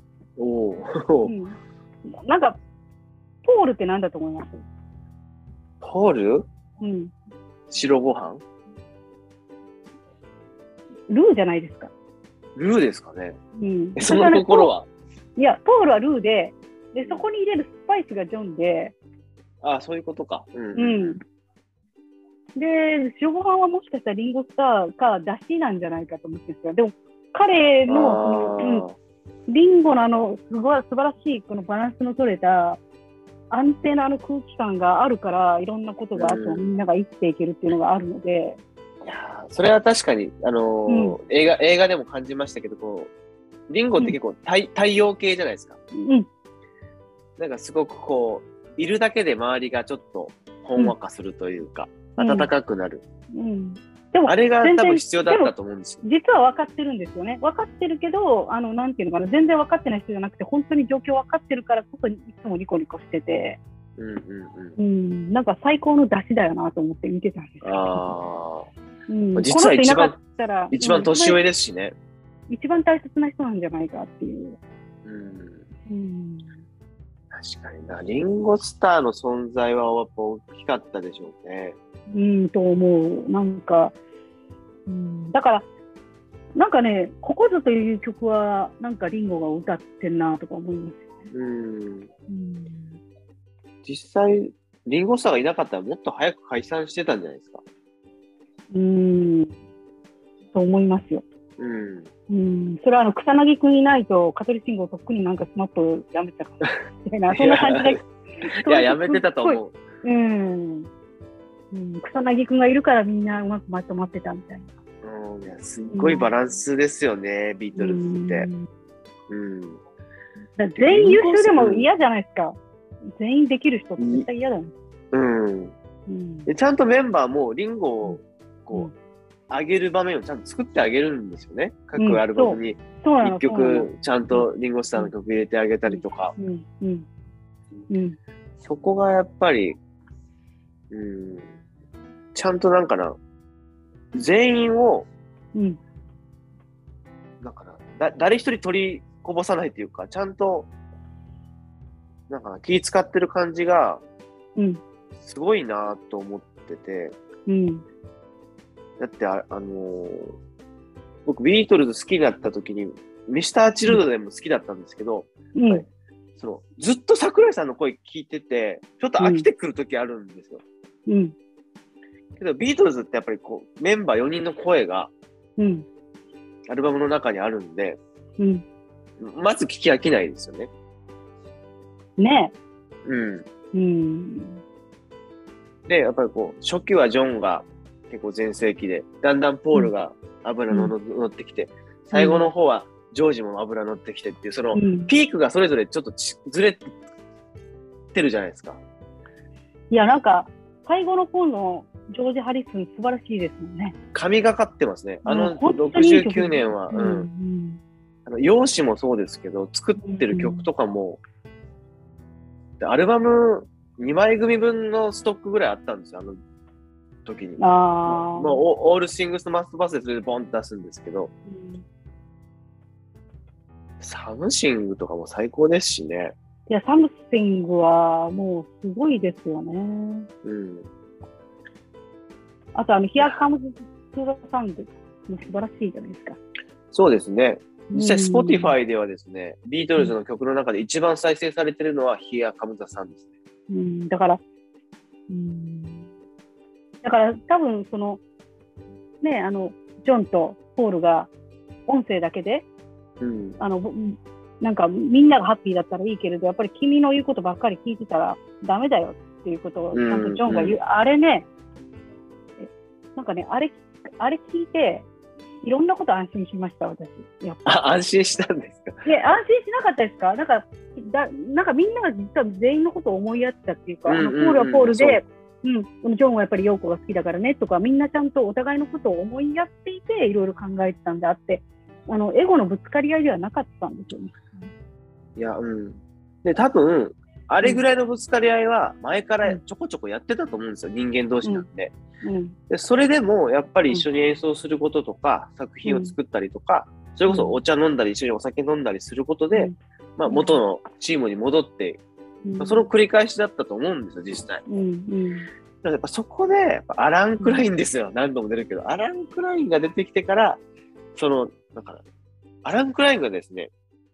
なんか、ポールって何だと思います？ ポール？白ご飯？ ルーじゃないですか。 ルーですかね。その心は？ いや、ポールはルーで、そこに入れるスパイスがジョンで。 そういうことか。 で、白ご飯はもしかしたらリンゴスターかだしなんじゃないかと思ってるんですよ。でも、彼のリンゴの素晴らしいこのバランスの取れた安定な空気感があるから、いろんなことがあってもみんなが生きていけるっていうのがあるので。 いやそれは確かに、映画でも感じましたけど、リンゴって結構太陽系じゃないですか。なんかすごくこう、いるだけで周りがちょっとほんわかするというか、暖かくなる。でもあれが多分必要だったと思うんですよ。 実は分かってるんですよね。分かってるけど、なんていうのかな、全然分かってない人じゃなくて、本当に状況分かってるからこそいつもニコニコしてて、なんか最高の出汁だよなと思って見てたんですよ。 実は一番年上ですしね。 一番大切な人なんじゃないかっていう。 確かにな。リンゴスターの存在はやっぱ大きかったでしょうね。 と思う。なんか、だから、なんかね、ここぞという曲は、なんかリンゴが歌ってんなとか思いますよね。 実際、リンゴスターがいなかったらもっと早く解散してたんじゃないですか。 と思いますよ。それは草薙くんいないと、香取慎吾とっくになんかスマップやめてたかもしれない。そんな感じで。 いや、やめてたと思う。 草薙くんがいるからみんなうまくまとまってたみたいな。 いやすっごいバランスですよね、ビートルズって。 全員優秀でも嫌じゃないですか。全員できる人って絶対嫌だね。 でちゃんとメンバーもリンゴをこうあげる場面をちゃんと作ってあげるんですよね。各アルバムに一曲ちゃんとリンゴスターの曲入れてあげたりとか。そこがやっぱり、ちゃんとなんかな、全員を、なんかな、誰一人取りこぼさないというか、ちゃんと、なんかな、気使ってる感じが、すごいなと思ってて、だって僕ビートルズ好きになった時にミスター・チルドレンも好きだったんですけど、ずっと桜井さんの声聞いててちょっと飽きてくる時あるんですよ。けどビートルズってやっぱりこうメンバー4人の声がアルバムの中にあるんで、まず聞き飽きないですよね。 ねえ。 でやっぱりこう初期はジョンが結構全盛期で、だんだんポールが油乗ってきて、最後の方はジョージも油乗ってきてっていう、そのピークがそれぞれちょっとずれてるじゃないですか。 いや、なんか最後の方のジョージ・ハリスン素晴らしいですもんね。 神がかってますね。69年は、容姿もそうですけど、作ってる曲とかも、アルバム2枚組分のストックぐらいあったんですよ、時に。オールシングスマストバスでそれでボンって出すんですけど、サムシングとかも最高ですしね。 いや、サムシングはもうすごいですよね。あとHere Comes to the Sun も素晴らしいじゃないですか。 そうですね。実際 Spotify ではですね、ビートルズの曲の中で一番再生されてるのはHere Comes the Sunですね。 だから多分そのね、ジョンとポールが音声だけで、なんかみんながハッピーだったらいいけれど、やっぱり君の言うことばっかり聞いてたらダメだよっていうことをちゃんとジョンが言う。あれね、なんかね、あれ聞いていろんなこと安心しました、私。やっぱ安心したんですか？ 安心しなかったですか？なんかみんなが実は全員のことを思いやってたっていうか、ポールはポールで、ジョンはやっぱり陽子が好きだからねとか、みんなちゃんとお互いのことを思いやっていていろいろ考えてたんであって、エゴのぶつかり合いではなかったんですよね。 いや、で、多分あれぐらいのぶつかり合いは前からちょこちょこやってたと思うんですよ、人間同士なんで。でそれでもやっぱり一緒に演奏することとか、作品を作ったりとか、それこそお茶飲んだり一緒にお酒飲んだりすることで、元のチームに戻って、その繰り返しだったと思うんですよ、実際。だからやっぱそこでやっぱアラン・クラインですよ、何度も出るけど、アラン・クラインが出てきてから、だからアラン・クラインがですね、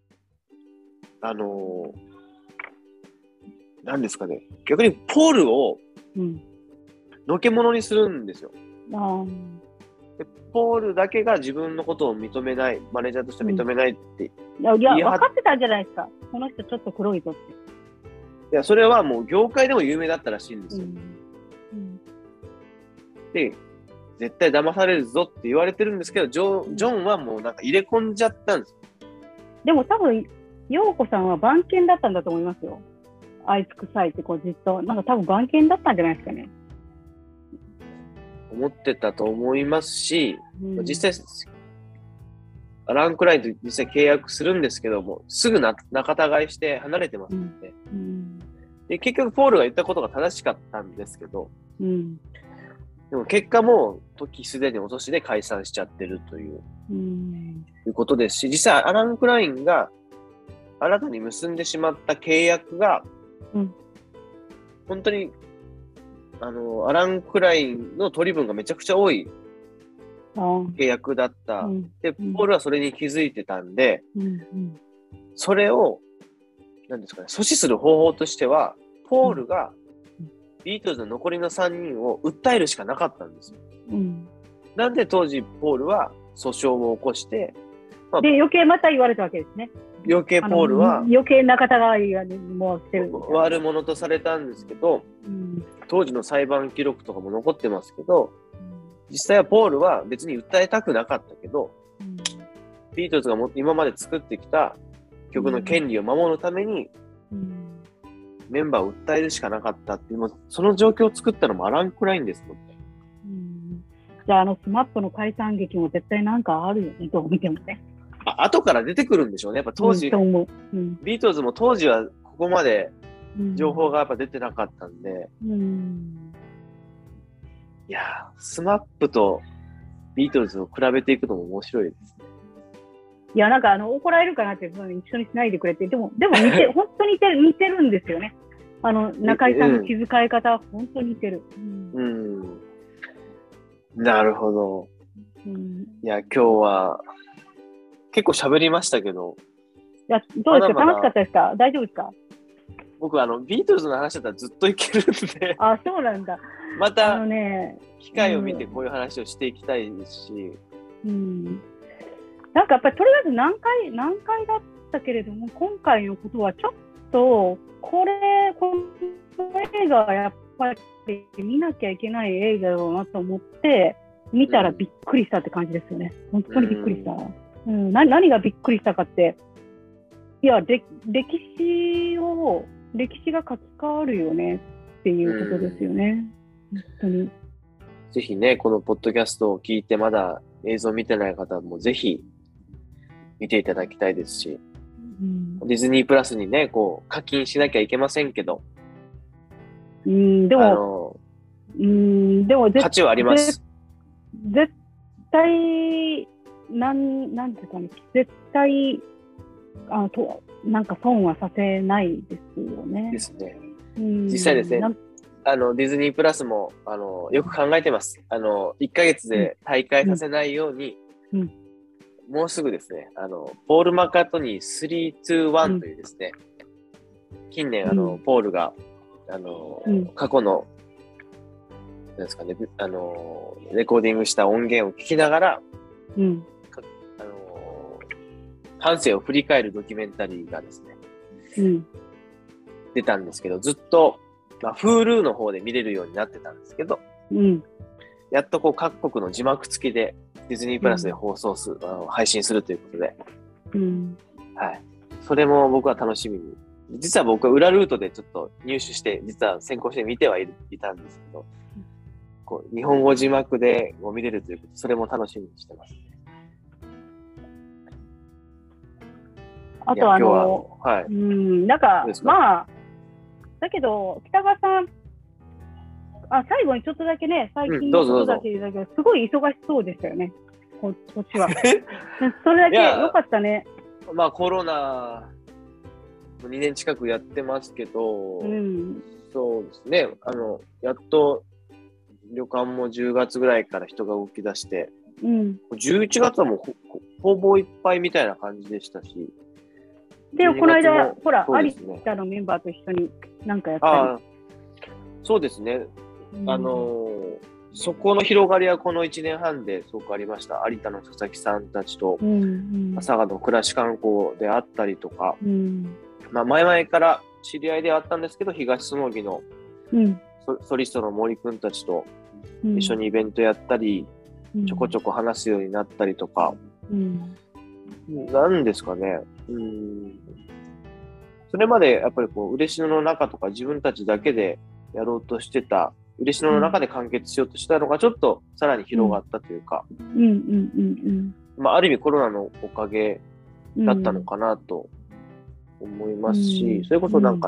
何ですかね、逆にポールをのけ者にするんですよ。でポールだけが自分のことを認めない、マネージャーとして認めないって。 いや、分かってたんじゃないですか。この人ちょっと黒いぞって。 いや、それはもう業界でも有名だったらしいんですよ。で、絶対騙されるぞって言われてるんですけど、ジョンはもうなんか入れ込んじゃったんですよ。 でも多分、陽子さんは番犬だったんだと思いますよ。あいつ臭いってこうずっと、なんか多分番犬だったんじゃないですかね。 思ってたと思いますし、実際、アラン・クラインと実際契約するんですけども、すぐ仲違いして離れてますので、で結局ポールが言ったことが正しかったんですけど、でも結果もう時すでに遅しで解散しちゃってるということですし、実際アラン・クラインが新たに結んでしまった契約が、本当にアラン・クラインの取り分がめちゃくちゃ多い契約だった。で、ポールはそれに気づいてたんで、それを、何ですかね、阻止する方法としては、ポールがビートルズの残りの3人を訴えるしかなかったんですよ。なんで当時、ポールは訴訟を起こして、 で、余計また言われたわけですね。 余計ポールは余計仲違いがもうしてる悪者とされたんですけど、当時の裁判記録とかも残ってますけど、実際はポールは別に訴えたくなかったけど、ビートルズが今まで作ってきた曲の権利を守るために、メンバーを訴えるしかなかったっていう、その状況を作ったのもアラン・クラインですもんね。 じゃあスマップの解散劇も絶対なんかあるよね、どう見てもね。 後から出てくるんでしょうね。やっぱ当時、ビートルズも当時はここまで情報がやっぱ出てなかったんで、いやー、スマップとビートルズを比べていくのも面白いですね。 いや、なんか怒られるかなって、一緒にしないでくれて、でも似て本当に似てるんですよね。中井さんの気遣い方は本当に似てる。 なるほど。いや、今日は結構喋りましたけど。 いや、どうですか？楽しかったですか？大丈夫ですか？ 僕、ビートルズの話だったらずっといけるんで。 あ、そうなんだ。 また、機会を見てこういう話をしていきたいですし。 なんかやっぱりとりあえず難解だったけれども、今回のことはちょっと、この映画はやっぱり見なきゃいけない映画だろうなと思って、見たらびっくりしたって感じですよね。本当にびっくりした。何がびっくりしたかって、いや、歴史が書き換わるよねっていうことですよね。本当に。 ぜひね、このポッドキャストを聞いてまだ映像見てない方もぜひ見ていただきたいですし、ディズニープラスにね、こう課金しなきゃいけませんけど、 でも価値はあります。 絶対なんていうかね、絶対なんか損はさせないですよね。 ですね。実際ですね。ディズニープラスもよく考えてます。1ヶ月で大会させないように、もうすぐですね、ポール・マッカートニー321というですね、近年ポールが過去のなんですかね、レコーディングした音源を聞きながら、半生を振り返るドキュメンタリーがですね、出たんですけど、ずっとHulu の方で見れるようになってたんですけど、やっとこう各国の字幕付きでディズニープラスで配信するということで、はい。それも僕は楽しみに。実は僕は裏ルートでちょっと入手して、実は先行して見てはいたんですけど、こう日本語字幕で見れるということ、それも楽しみにしてます。 あとなんかまあだけど北川さん、最後にちょっとだけね、最近のことだけだけど、すごい忙しそうでしたよね、こっちは。それだけ良かったね。 まあコロナ2年近くやってますけど、そうですね、やっと旅館も10月ぐらいから人が動き出して、11月はもうほぼいっぱいみたいな感じでしたし。 で、この間、ほら、有田のメンバーと一緒になんかやったり。 そうですね。そこの広がりはこの1年半ですごくありました。有田の佐々木さんたちと、佐賀の暮らし観光であったりとか、前々から知り合いではあったんですけど、東紬木のソリストの森くんたちと一緒にイベントやったり、ちょこちょこ話すようになったりとか、なんですかね。それまでやっぱりこう嬉野の中とか自分たちだけでやろうとしてた、嬉野の中で完結しようとしたのがちょっとさらに広がったというか、ある意味コロナのおかげだったのかなと思いますし、それこそなんか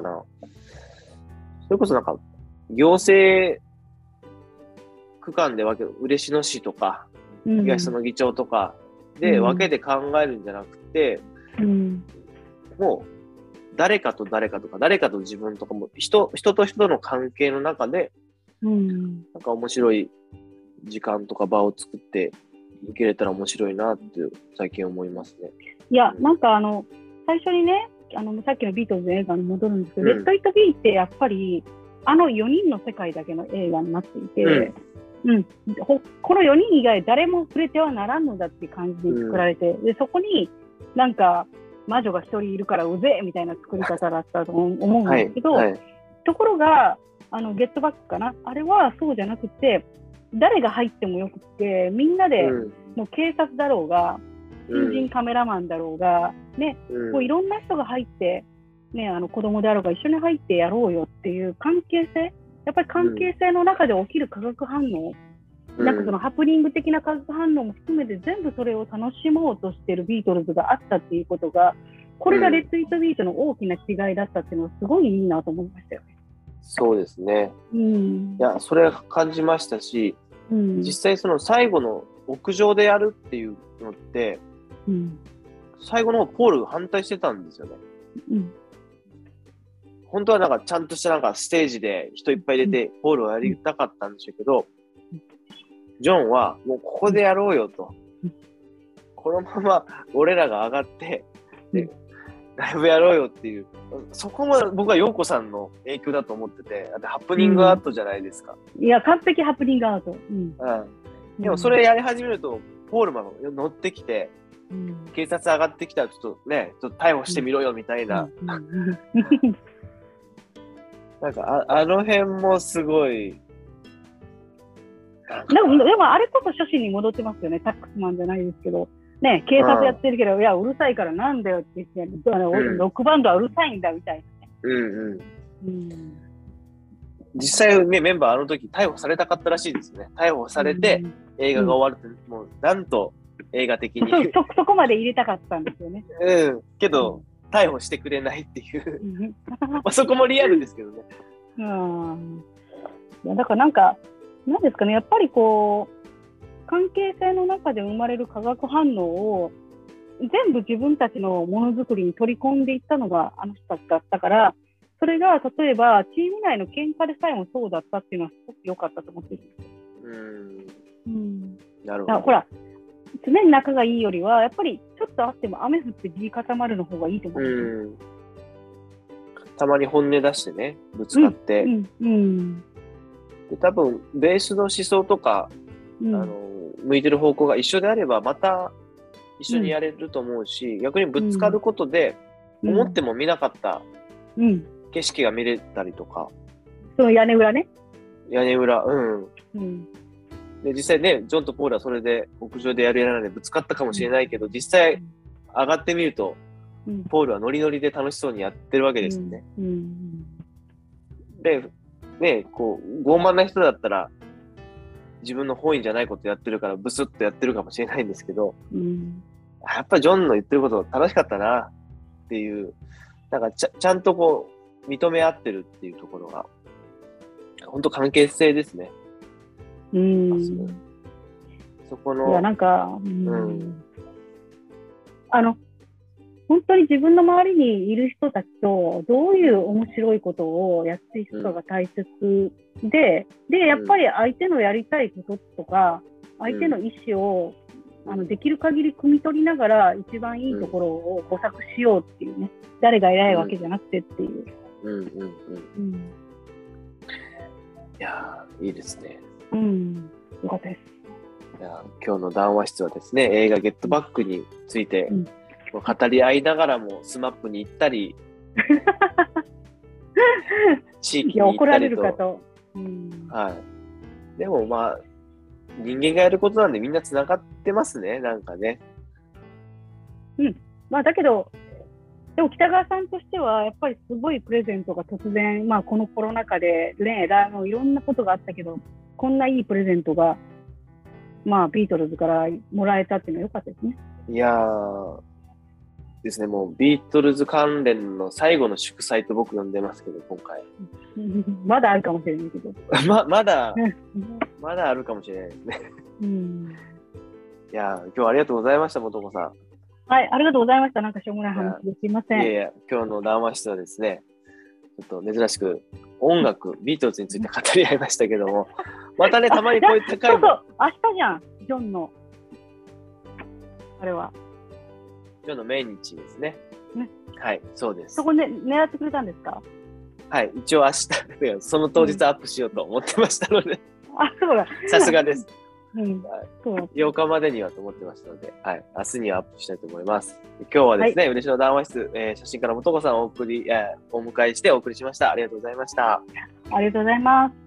行政区間で分ける嬉野市とか、東の議長とかで分けて考えるんじゃなくて、もう誰かと誰かとか、誰かと自分とかも、人と人の関係の中で、なんか面白い時間とか場を作っていけれたら面白いなって最近思いますね。 いや、なんか最初にね、さっきのビートルズの映画に戻るんですけど、レッド・イット・ビーってやっぱり4人の世界だけの映画になっていて、この4人以外誰も触れてはならんのだっていう感じに作られて、でそこになんか魔女が一人いるからうぜえみたいな作り方だったと思うんですけど、ところがゲットバックかな、あれはそうじゃなくて、誰が入ってもよくて、みんなで、もう警察だろうが、新人カメラマンだろうが、ね、もういろんな人が入って、ね、子供であろうが一緒に入ってやろうよっていう関係性、やっぱり関係性の中で起きる化学反応なんかそのハプニング的な化学反応も含めて全部それを楽しもうとしてるビートルズがあったっていうことが、これがレッツイートビートの大きな違いだったっていうのはすごいいいなと思いましたよね。 そうですね。 うん、 いや、それは感じましたし、 うん、 実際その最後の屋上でやるっていうのって、 うん、 最後の方ポール反対してたんですよね。 うん、 本当はなんかちゃんとしたなんかステージで人いっぱい入れてポールをやりたかったんでしょうけど、ジョンはもうここでやろうよと。このまま俺らが上がってでライブやろうよっていう、そこも僕は陽子さんの影響だと思ってて、だってハプニングアートじゃないですか。 いや、完璧ハプニングアート。 でもそれやり始めるとポールマンが乗ってきて、警察上がってきたらちょっとね、ちょっと逮捕してみろよみたいな。なんかあの辺もすごい。 でもあれこそ初心に戻ってますよね。タックスマンじゃないですけど。ね、警察やってるけど、いや、うるさいからなんだよって言って、ロックバンドはうるさいんだみたいな、ね。 実際ね、メンバーあの時逮捕されたかったらしいですね。逮捕されて、映画が終わると、もうなんと映画的にそこまで入れたかったんですよね。 けど、逮捕してくれないっていうそこもリアルですけどね。 いやだからなんか、なんですかね、やっぱりこう、関係性の中で生まれる化学反応を全部自分たちのものづくりに取り込んでいったのがあの人たちだったから、それが例えばチーム内の喧嘩でさえもそうだったっていうのはすごく良かったと思ってるんですよ。 なるほど。 ほら、常に仲がいいよりはやっぱりちょっとあっても雨降って地固まるの方がいいと思うんですよ。 たまに本音出してね、ぶつかって、で多分ベースの思想とか、向いてる方向が一緒であればまた一緒にやれると思うし、逆にぶつかることで思っても見なかった景色が見れたりとか、 その屋根裏ね、 屋根裏、で実際ね、ジョンとポールはそれで屋上でやるやらないでぶつかったかもしれないけど、実際上がってみると、ポールはノリノリで楽しそうにやってるわけですよね。でね、こう傲慢な人だったら自分の本意じゃないことやってるからブスッとやってるかもしれないんですけど、やっぱりジョンの言ってること楽しかったなっていう、なんかちゃんとこう認め合ってるっていうところが本当関係性ですね。そこの、 いやなんか、本当に自分の周りにいる人たちとどういう面白いことをやっていくかが大切で、やっぱり相手のやりたいこととか、相手の意思をできる限り汲み取りながら一番いいところを模索しようっていうね、誰が偉いわけじゃなくてっていう。 いやー、いいですね。 よかったです。 いや今日の談話室はですね、映画ゲットバックについて、語り合いながらもスマップに行ったり地域に行ったりと、 怒られるかと、 でもまあ人間がやることなんでみんなつながってますね、なんかね。 まあだけどでも北川さんとしてはやっぱりすごいプレゼントが突然、このコロナ禍でね、いろんなことがあったけど、こんないいプレゼントがビートルズからもらえたっていうのは良かったですね。 いやーですね、もうビートルズ関連の最後の祝祭と僕呼んでますけど、今回。 まだあるかもしれないけど。 まだあるかもしれないですね。いや今日はありがとうございました、元子さん。 はい、ありがとうございました。なんかしょうもない話ですいません。 いや今日の談話室はですね、ちょっと珍しく音楽、ビートルズについて語り合いましたけども、またね、たまにこういった回も。 そう、明日じゃん、ジョンの。あれは。 ジョンの命日ですね。はい、そうです。 そこね、狙ってくれたんですか？ はい、一応明日、その当日アップしようと思ってましたので。 そうだ。 さすがです。 そう 8日までにはと思ってましたので、明日にはアップしたいと思います。今日はですね、嬉しの談話室、写真から元子さんをお迎えしてお送りしました。ありがとうございました。 ありがとうございます。